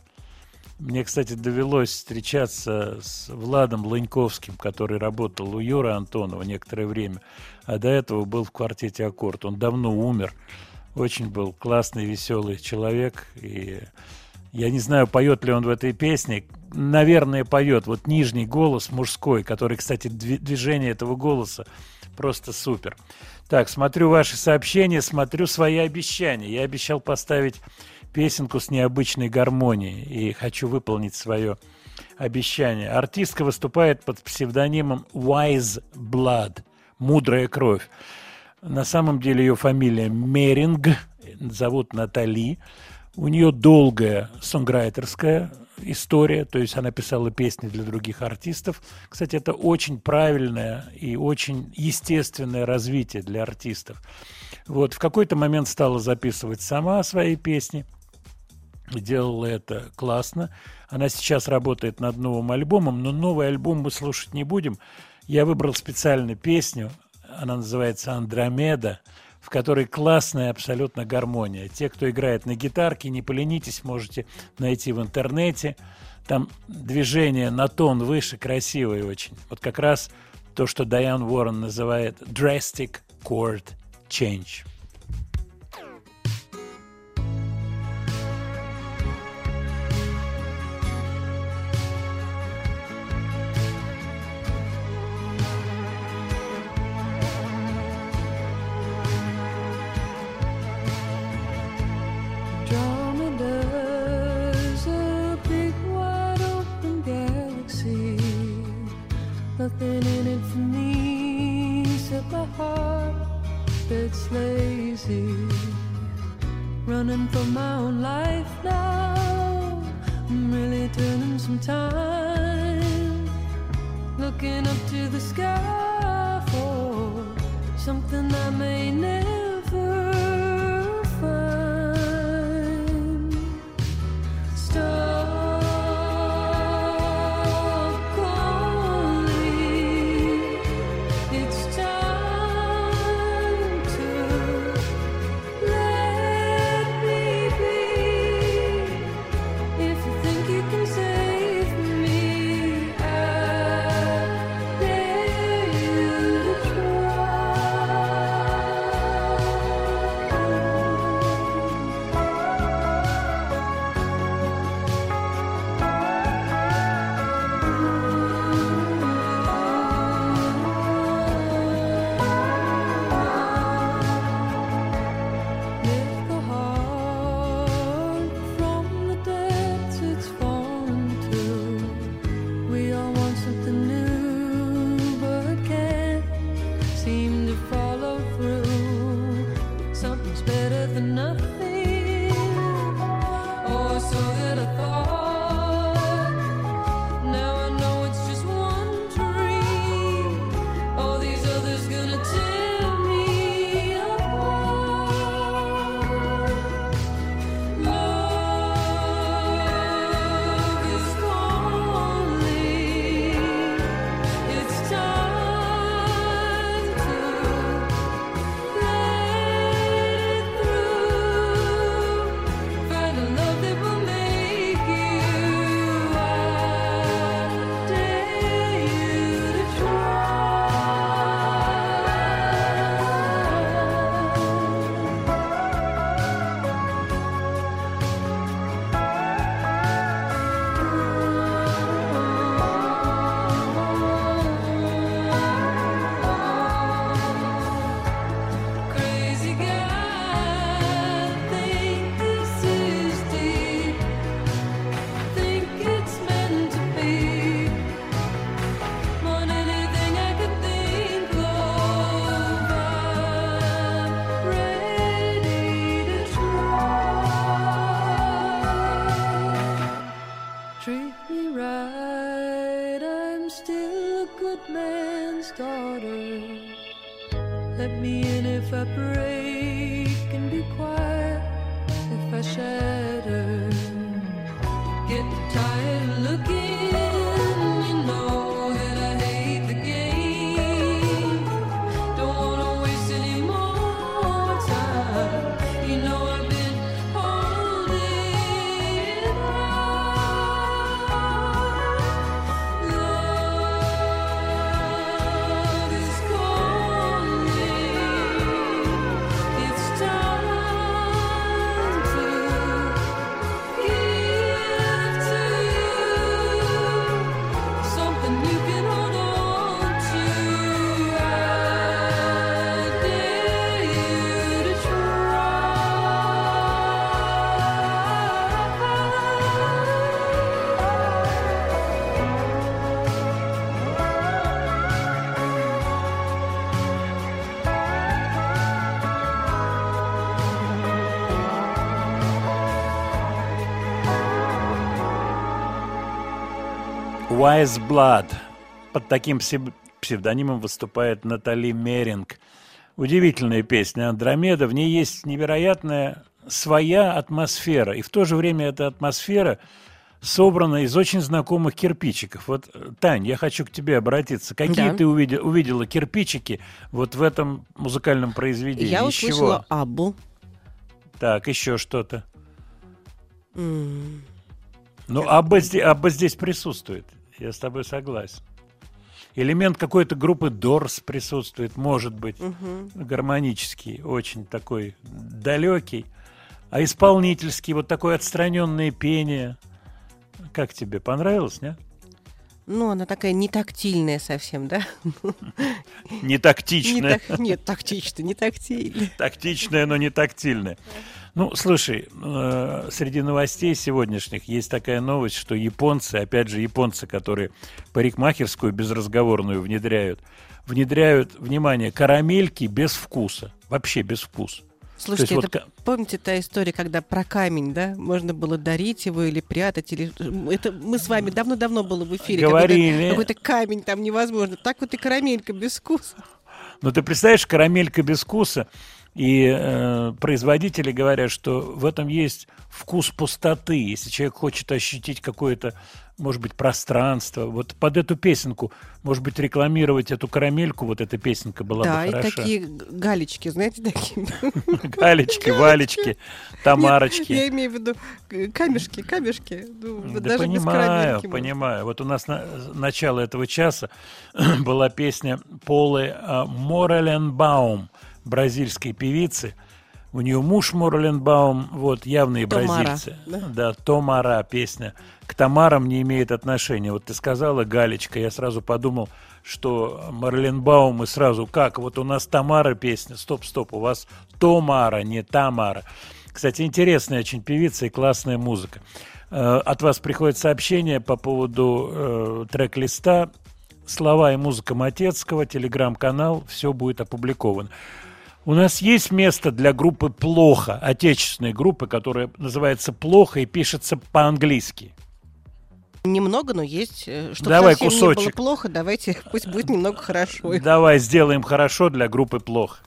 Мне, кстати, довелось встречаться с Владом Лыньковским, который работал у Юры Антонова некоторое время, а до этого был в квартете «Аккорд». Он давно умер. Очень был классный, веселый человек. И я не знаю, поет ли он в этой песне. Наверное, поет. Вот нижний голос мужской, который, кстати, дви- движение этого голоса просто супер. Так, смотрю ваши сообщения, смотрю свои обещания. Я обещал поставить песенку с необычной гармонией и хочу выполнить свое обещание. Артистка выступает под псевдонимом Wise Blood, мудрая кровь. На самом деле ее фамилия Меринг, зовут Натали. У нее долгая сонграйтерская история, то есть она писала песни для других артистов. Кстати, это очень правильное и очень естественное развитие для артистов. Вот, в какой-то момент стала записывать сама свои песни. Делала это классно. Она сейчас работает над новым альбомом, но новый альбом мы слушать не будем. Я выбрал специально песню, она называется «Андромеда», в которой классная абсолютно гармония. Те, кто играет на гитарке, не поленитесь, можете найти в интернете. Там движение на тон выше, красивое очень. Вот как раз то, что Дайан Уоррен называет «drastic chord change». Andromeda's a big wide open galaxy. Nothing in it for me except my heart that's lazy. Running for my own life now. I'm really turning some time. Looking up to the sky for something I may never find. Stop calling. It's time to let me be. If you think you can save me, I dare you to try. good man's daughter. Let me in if I break and be quiet if I shatter. Get tired of looking, you know that I hate the game. Don't wanna waste any more time. You know I've been holding on. Love is calling. It's time to give to you something you can hold on to. I dare you to Wise Blood. Под таким псев- псевдонимом выступает Натали Меринг. Удивительная песня «Андромеда». В ней есть невероятная своя атмосфера. И в то же время эта атмосфера собрана из очень знакомых кирпичиков. Вот, Тань, я хочу к тебе обратиться. Какие Да. ты увидел, увидела кирпичики вот в этом музыкальном произведении? Я Из услышала чего? Аббу. Так, еще что-то. М, Ну, Абба, зде- Абба здесь присутствует. Я с тобой согласен. Элемент какой-то группы Дорс присутствует, может быть, мгм. гармонический, очень такой далекий, а исполнительский, вот такое отстраненное пение. Как тебе, понравилось, не? Ну, она такая не тактильная совсем, да? Не Не тактичное. так- Нет, тактично, не тактильная. Тактичное, но не тактильное. Ну, слушай, э, среди новостей сегодняшних есть такая новость, что японцы, опять же, японцы, которые парикмахерскую безразговорную внедряют, внедряют, внимание, карамельки без вкуса. Вообще без вкуса. Слушайте, То есть это, вот ка- помните та история, когда про камень, да? Можно было дарить его или прятать, или... Это мы с вами давно-давно было в эфире. Говорили. Какой-то, какой-то камень там невозможно. Так вот и карамелька без вкуса. Но ты представляешь, карамелька без вкуса, и э, производители говорят, что в этом есть вкус пустоты. Если человек хочет ощутить какое-то, может быть, пространство, вот под эту песенку, может быть, рекламировать эту карамельку, вот эта песенка была Да, бы и хороша. такие г- галечки, знаете, такие. Галечки, Валечки, Тамарочки. Я имею в виду э, камешки, камешки. Ну, Да даже без понимаю, карамельки. можно. понимаю. Вот у нас на начало этого часа была песня Полы а, Мореленбаум, бразильской певицы. У нее муж Мореленбаум, вот, явные Томара, бразильцы. да? Да, Томара песня. К Тамарам не имеет отношения. Вот ты сказала Галечка, я сразу подумал, что Мореленбаум, и сразу, как, вот у нас Тамара песня, стоп, стоп, у вас Томара, не Тамара. Кстати, интересная очень певица и классная музыка. Э, От вас приходит сообщение по поводу э, трек-листа. Слова и музыка Матецкого, телеграм-канал, все будет опубликовано. У нас есть место для группы «Плохо», отечественной группы, которая называется «Плохо» и пишется по-английски. Немного, но есть. э, Чтобы Давай совсем не было кусочек. плохо, давайте, пусть будет немного хорошо. Давай сделаем хорошо для группы «Плохо».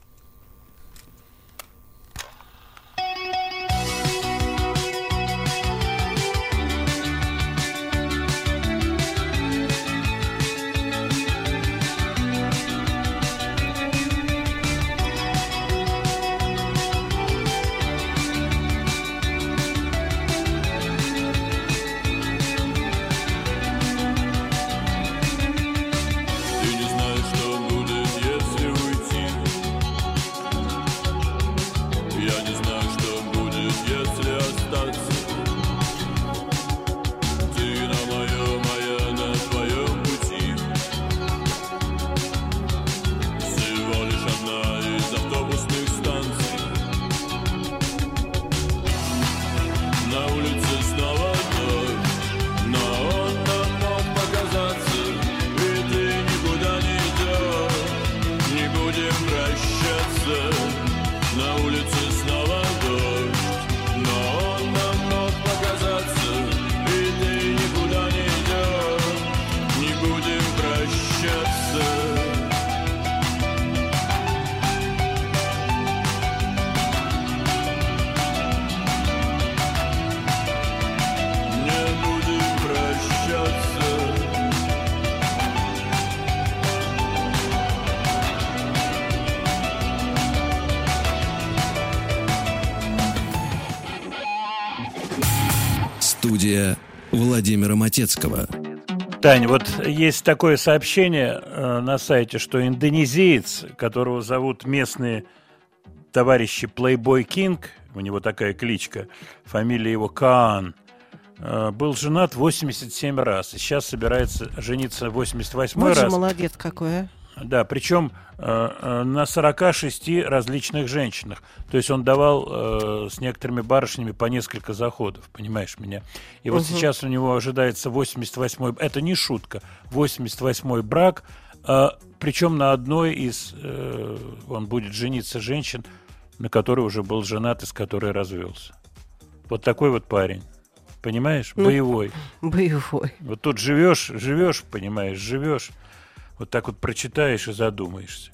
Ты не знаешь, что будет, если уйти. Студия Владимира Матецкого. Тань, вот есть такое сообщение э, на сайте, что индонезиец, которого зовут местные товарищи Playboy King, у него такая кличка, фамилия его Каан, э, был женат восемьдесят семь раз, и сейчас собирается жениться восемьдесят восьмой вот раз. Вот же молодец какой, а. Да, причем э, э, на сорока шести различных женщинах. То есть он давал э, с некоторыми барышнями по несколько заходов, понимаешь меня? И вот Угу. сейчас у него ожидается восемьдесят восьмой, это не шутка, восемьдесят восьмой брак, э, причем на одной из, э, он будет жениться женщин, на которой уже был женат и с которой развелся. Вот такой вот парень. Понимаешь? Ну, боевой. Боевой. Вот тут живешь, живешь, понимаешь, живешь. Вот так вот прочитаешь и задумаешься.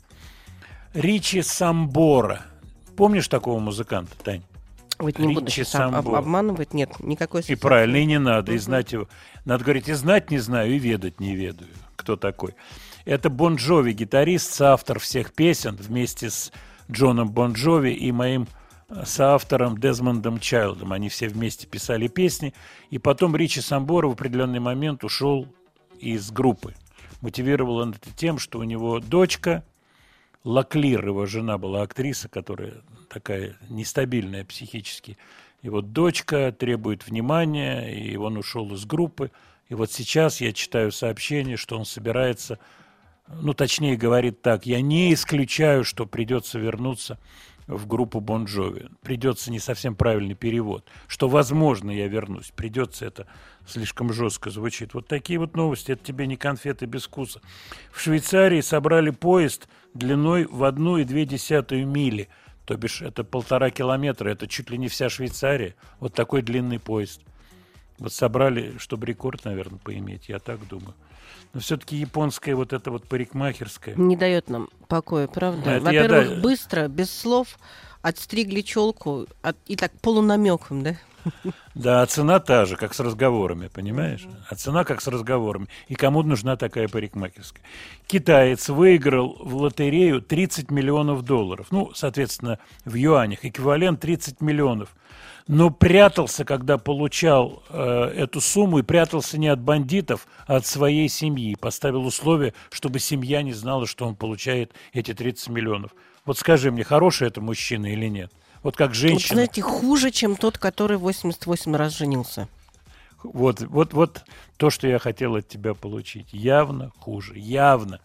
Ричи Самбора. Помнишь такого музыканта, Тань? Вот не буду Ричи сейчас об- Самбора. обманывать. Нет, никакой И ассоциации. правильно, и не надо, и Мгм. знать его. Надо говорить, и знать не знаю, и ведать не ведаю, кто такой. Это Бон Джови, гитарист, соавтор всех песен вместе с Джоном Бон Джови и моим соавтором Дезмондом Чайлдом. Они все вместе писали песни. И потом Ричи Самбора в определенный момент ушел из группы. Мотивировал он это тем, что у него дочка, Лаклир, его жена была актриса, которая такая нестабильная психически. И вот дочка требует внимания, и он ушел из группы. И вот сейчас я читаю сообщение, что он собирается, ну, точнее говорит так, я не исключаю, что придется вернуться в группу Бон Джови. Придется, не совсем правильный перевод. Что, возможно, я вернусь. Придется, это слишком жестко звучит. Вот такие вот новости. Это тебе не конфеты без вкуса. В Швейцарии собрали поезд длиной в одну и две десятую мили. То бишь, это полтора километра. Это чуть ли не вся Швейцария. Вот такой длинный поезд. Вот собрали, чтобы рекорд, наверное, поиметь. Я так думаю. Но все-таки японская вот эта вот парикмахерская. Не дает нам покоя, правда? Это я, Во-первых, да. быстро, без слов, отстригли челку от- и так полунамеком, да? Да, а цена та же, как с разговорами, понимаешь? А цена как с разговорами. И кому нужна такая парикмахерская? Китаец выиграл в лотерею тридцать миллионов долларов. Ну, соответственно, в юанях. Эквивалент тридцать миллионов. Но прятался, когда получал э, эту сумму, и прятался не от бандитов, а от своей семьи. Поставил условие, чтобы семья не знала, что он получает эти тридцать миллионов. Вот скажи мне, хороший это мужчина или нет? Вот как Вот, женщина. знаете, хуже, чем тот, который восемьдесят восемь раз женился. Вот, вот, вот то, что я хотел от тебя получить. Явно хуже, явно.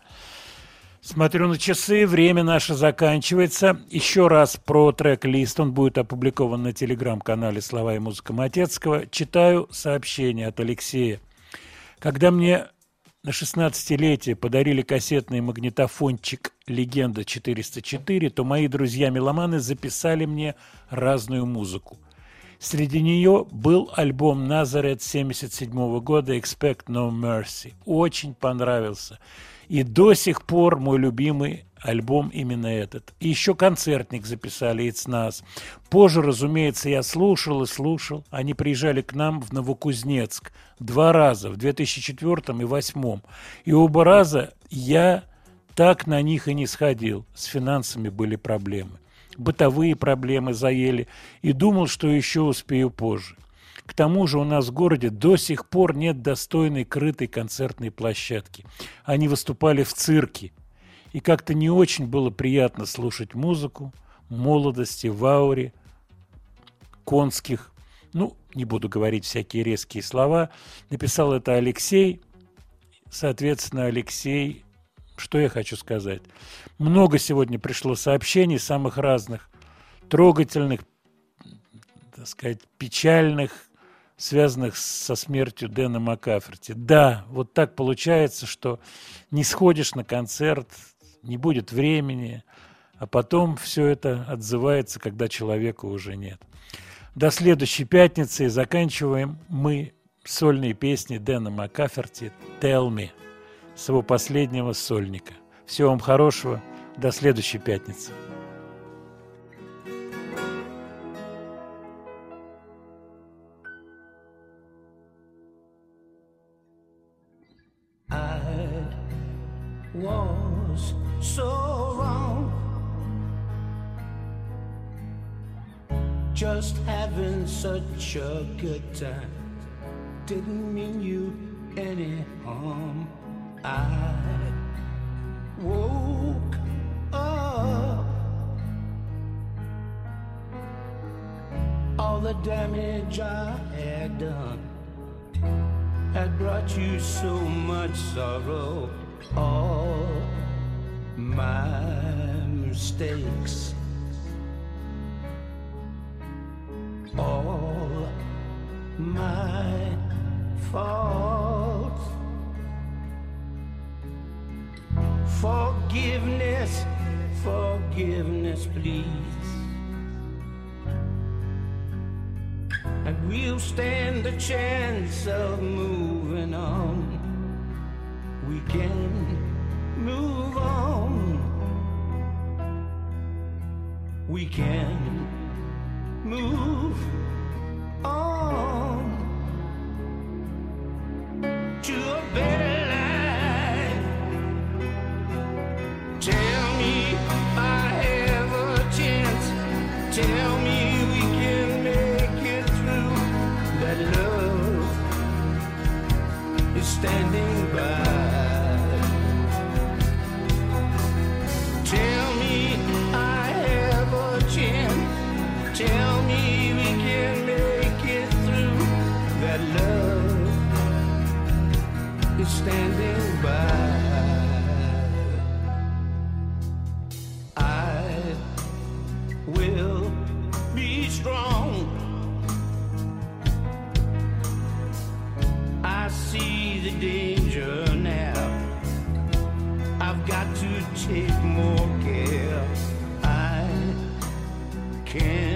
Смотрю на часы, время наше заканчивается. Еще раз про трек-лист, он будет опубликован на телеграм-канале «Слова и музыка Матецкого». Читаю сообщение от Алексея. Когда мне на шестнадцатилетие подарили кассетный магнитофончик «Легенда четыреста четыре», то мои друзья-меломаны записали мне разную музыку. Среди нее был альбом «Назарет» семьдесят седьмого года «Expect No Mercy». Очень понравился. И до сих пор мой любимый альбом именно этот. И еще «Концертник» записали «It's Нас». Позже, разумеется, я слушал и слушал. Они приезжали к нам в Новокузнецк два раза, в две тысячи четвёртом и две тысячи восьмом. И оба раза я так на них и не сходил. С финансами были проблемы. Бытовые проблемы заели. И думал, что еще успею позже. К тому же у нас в городе до сих пор нет достойной крытой концертной площадки. Они выступали в цирке. И как-то не очень было приятно слушать музыку молодости в ауре конских. Ну, не буду говорить всякие резкие слова. Написал это Алексей. Соответственно, Алексей, что я хочу сказать? Много сегодня пришло сообщений самых разных, трогательных, так сказать, печальных, связанных со смертью Дэна Маккаферти. Да, вот так получается, что не сходишь на концерт, не будет времени, а потом все это отзывается, когда человека уже нет. До следующей пятницы, и заканчиваем мы сольные песни Дэна Маккаферти «Tell Me», с его последнего сольника. Всего вам хорошего, до следующей пятницы. Was so wrong, just having such a good time. didn't mean you any harm. I woke up. All the damage I had done had brought you so much sorrow. All my mistakes, all my faults. Forgiveness, forgiveness, please. And we'll stand the chance of moving on. We can move on. We can move on to a better life. Tell me I have a chance. Tell me we can make it through. That love is standing by. Tell me I have a chance. Tell me we can make it through. That love is standing by. I will be strong. I see the danger now. I've got to take more care. I can't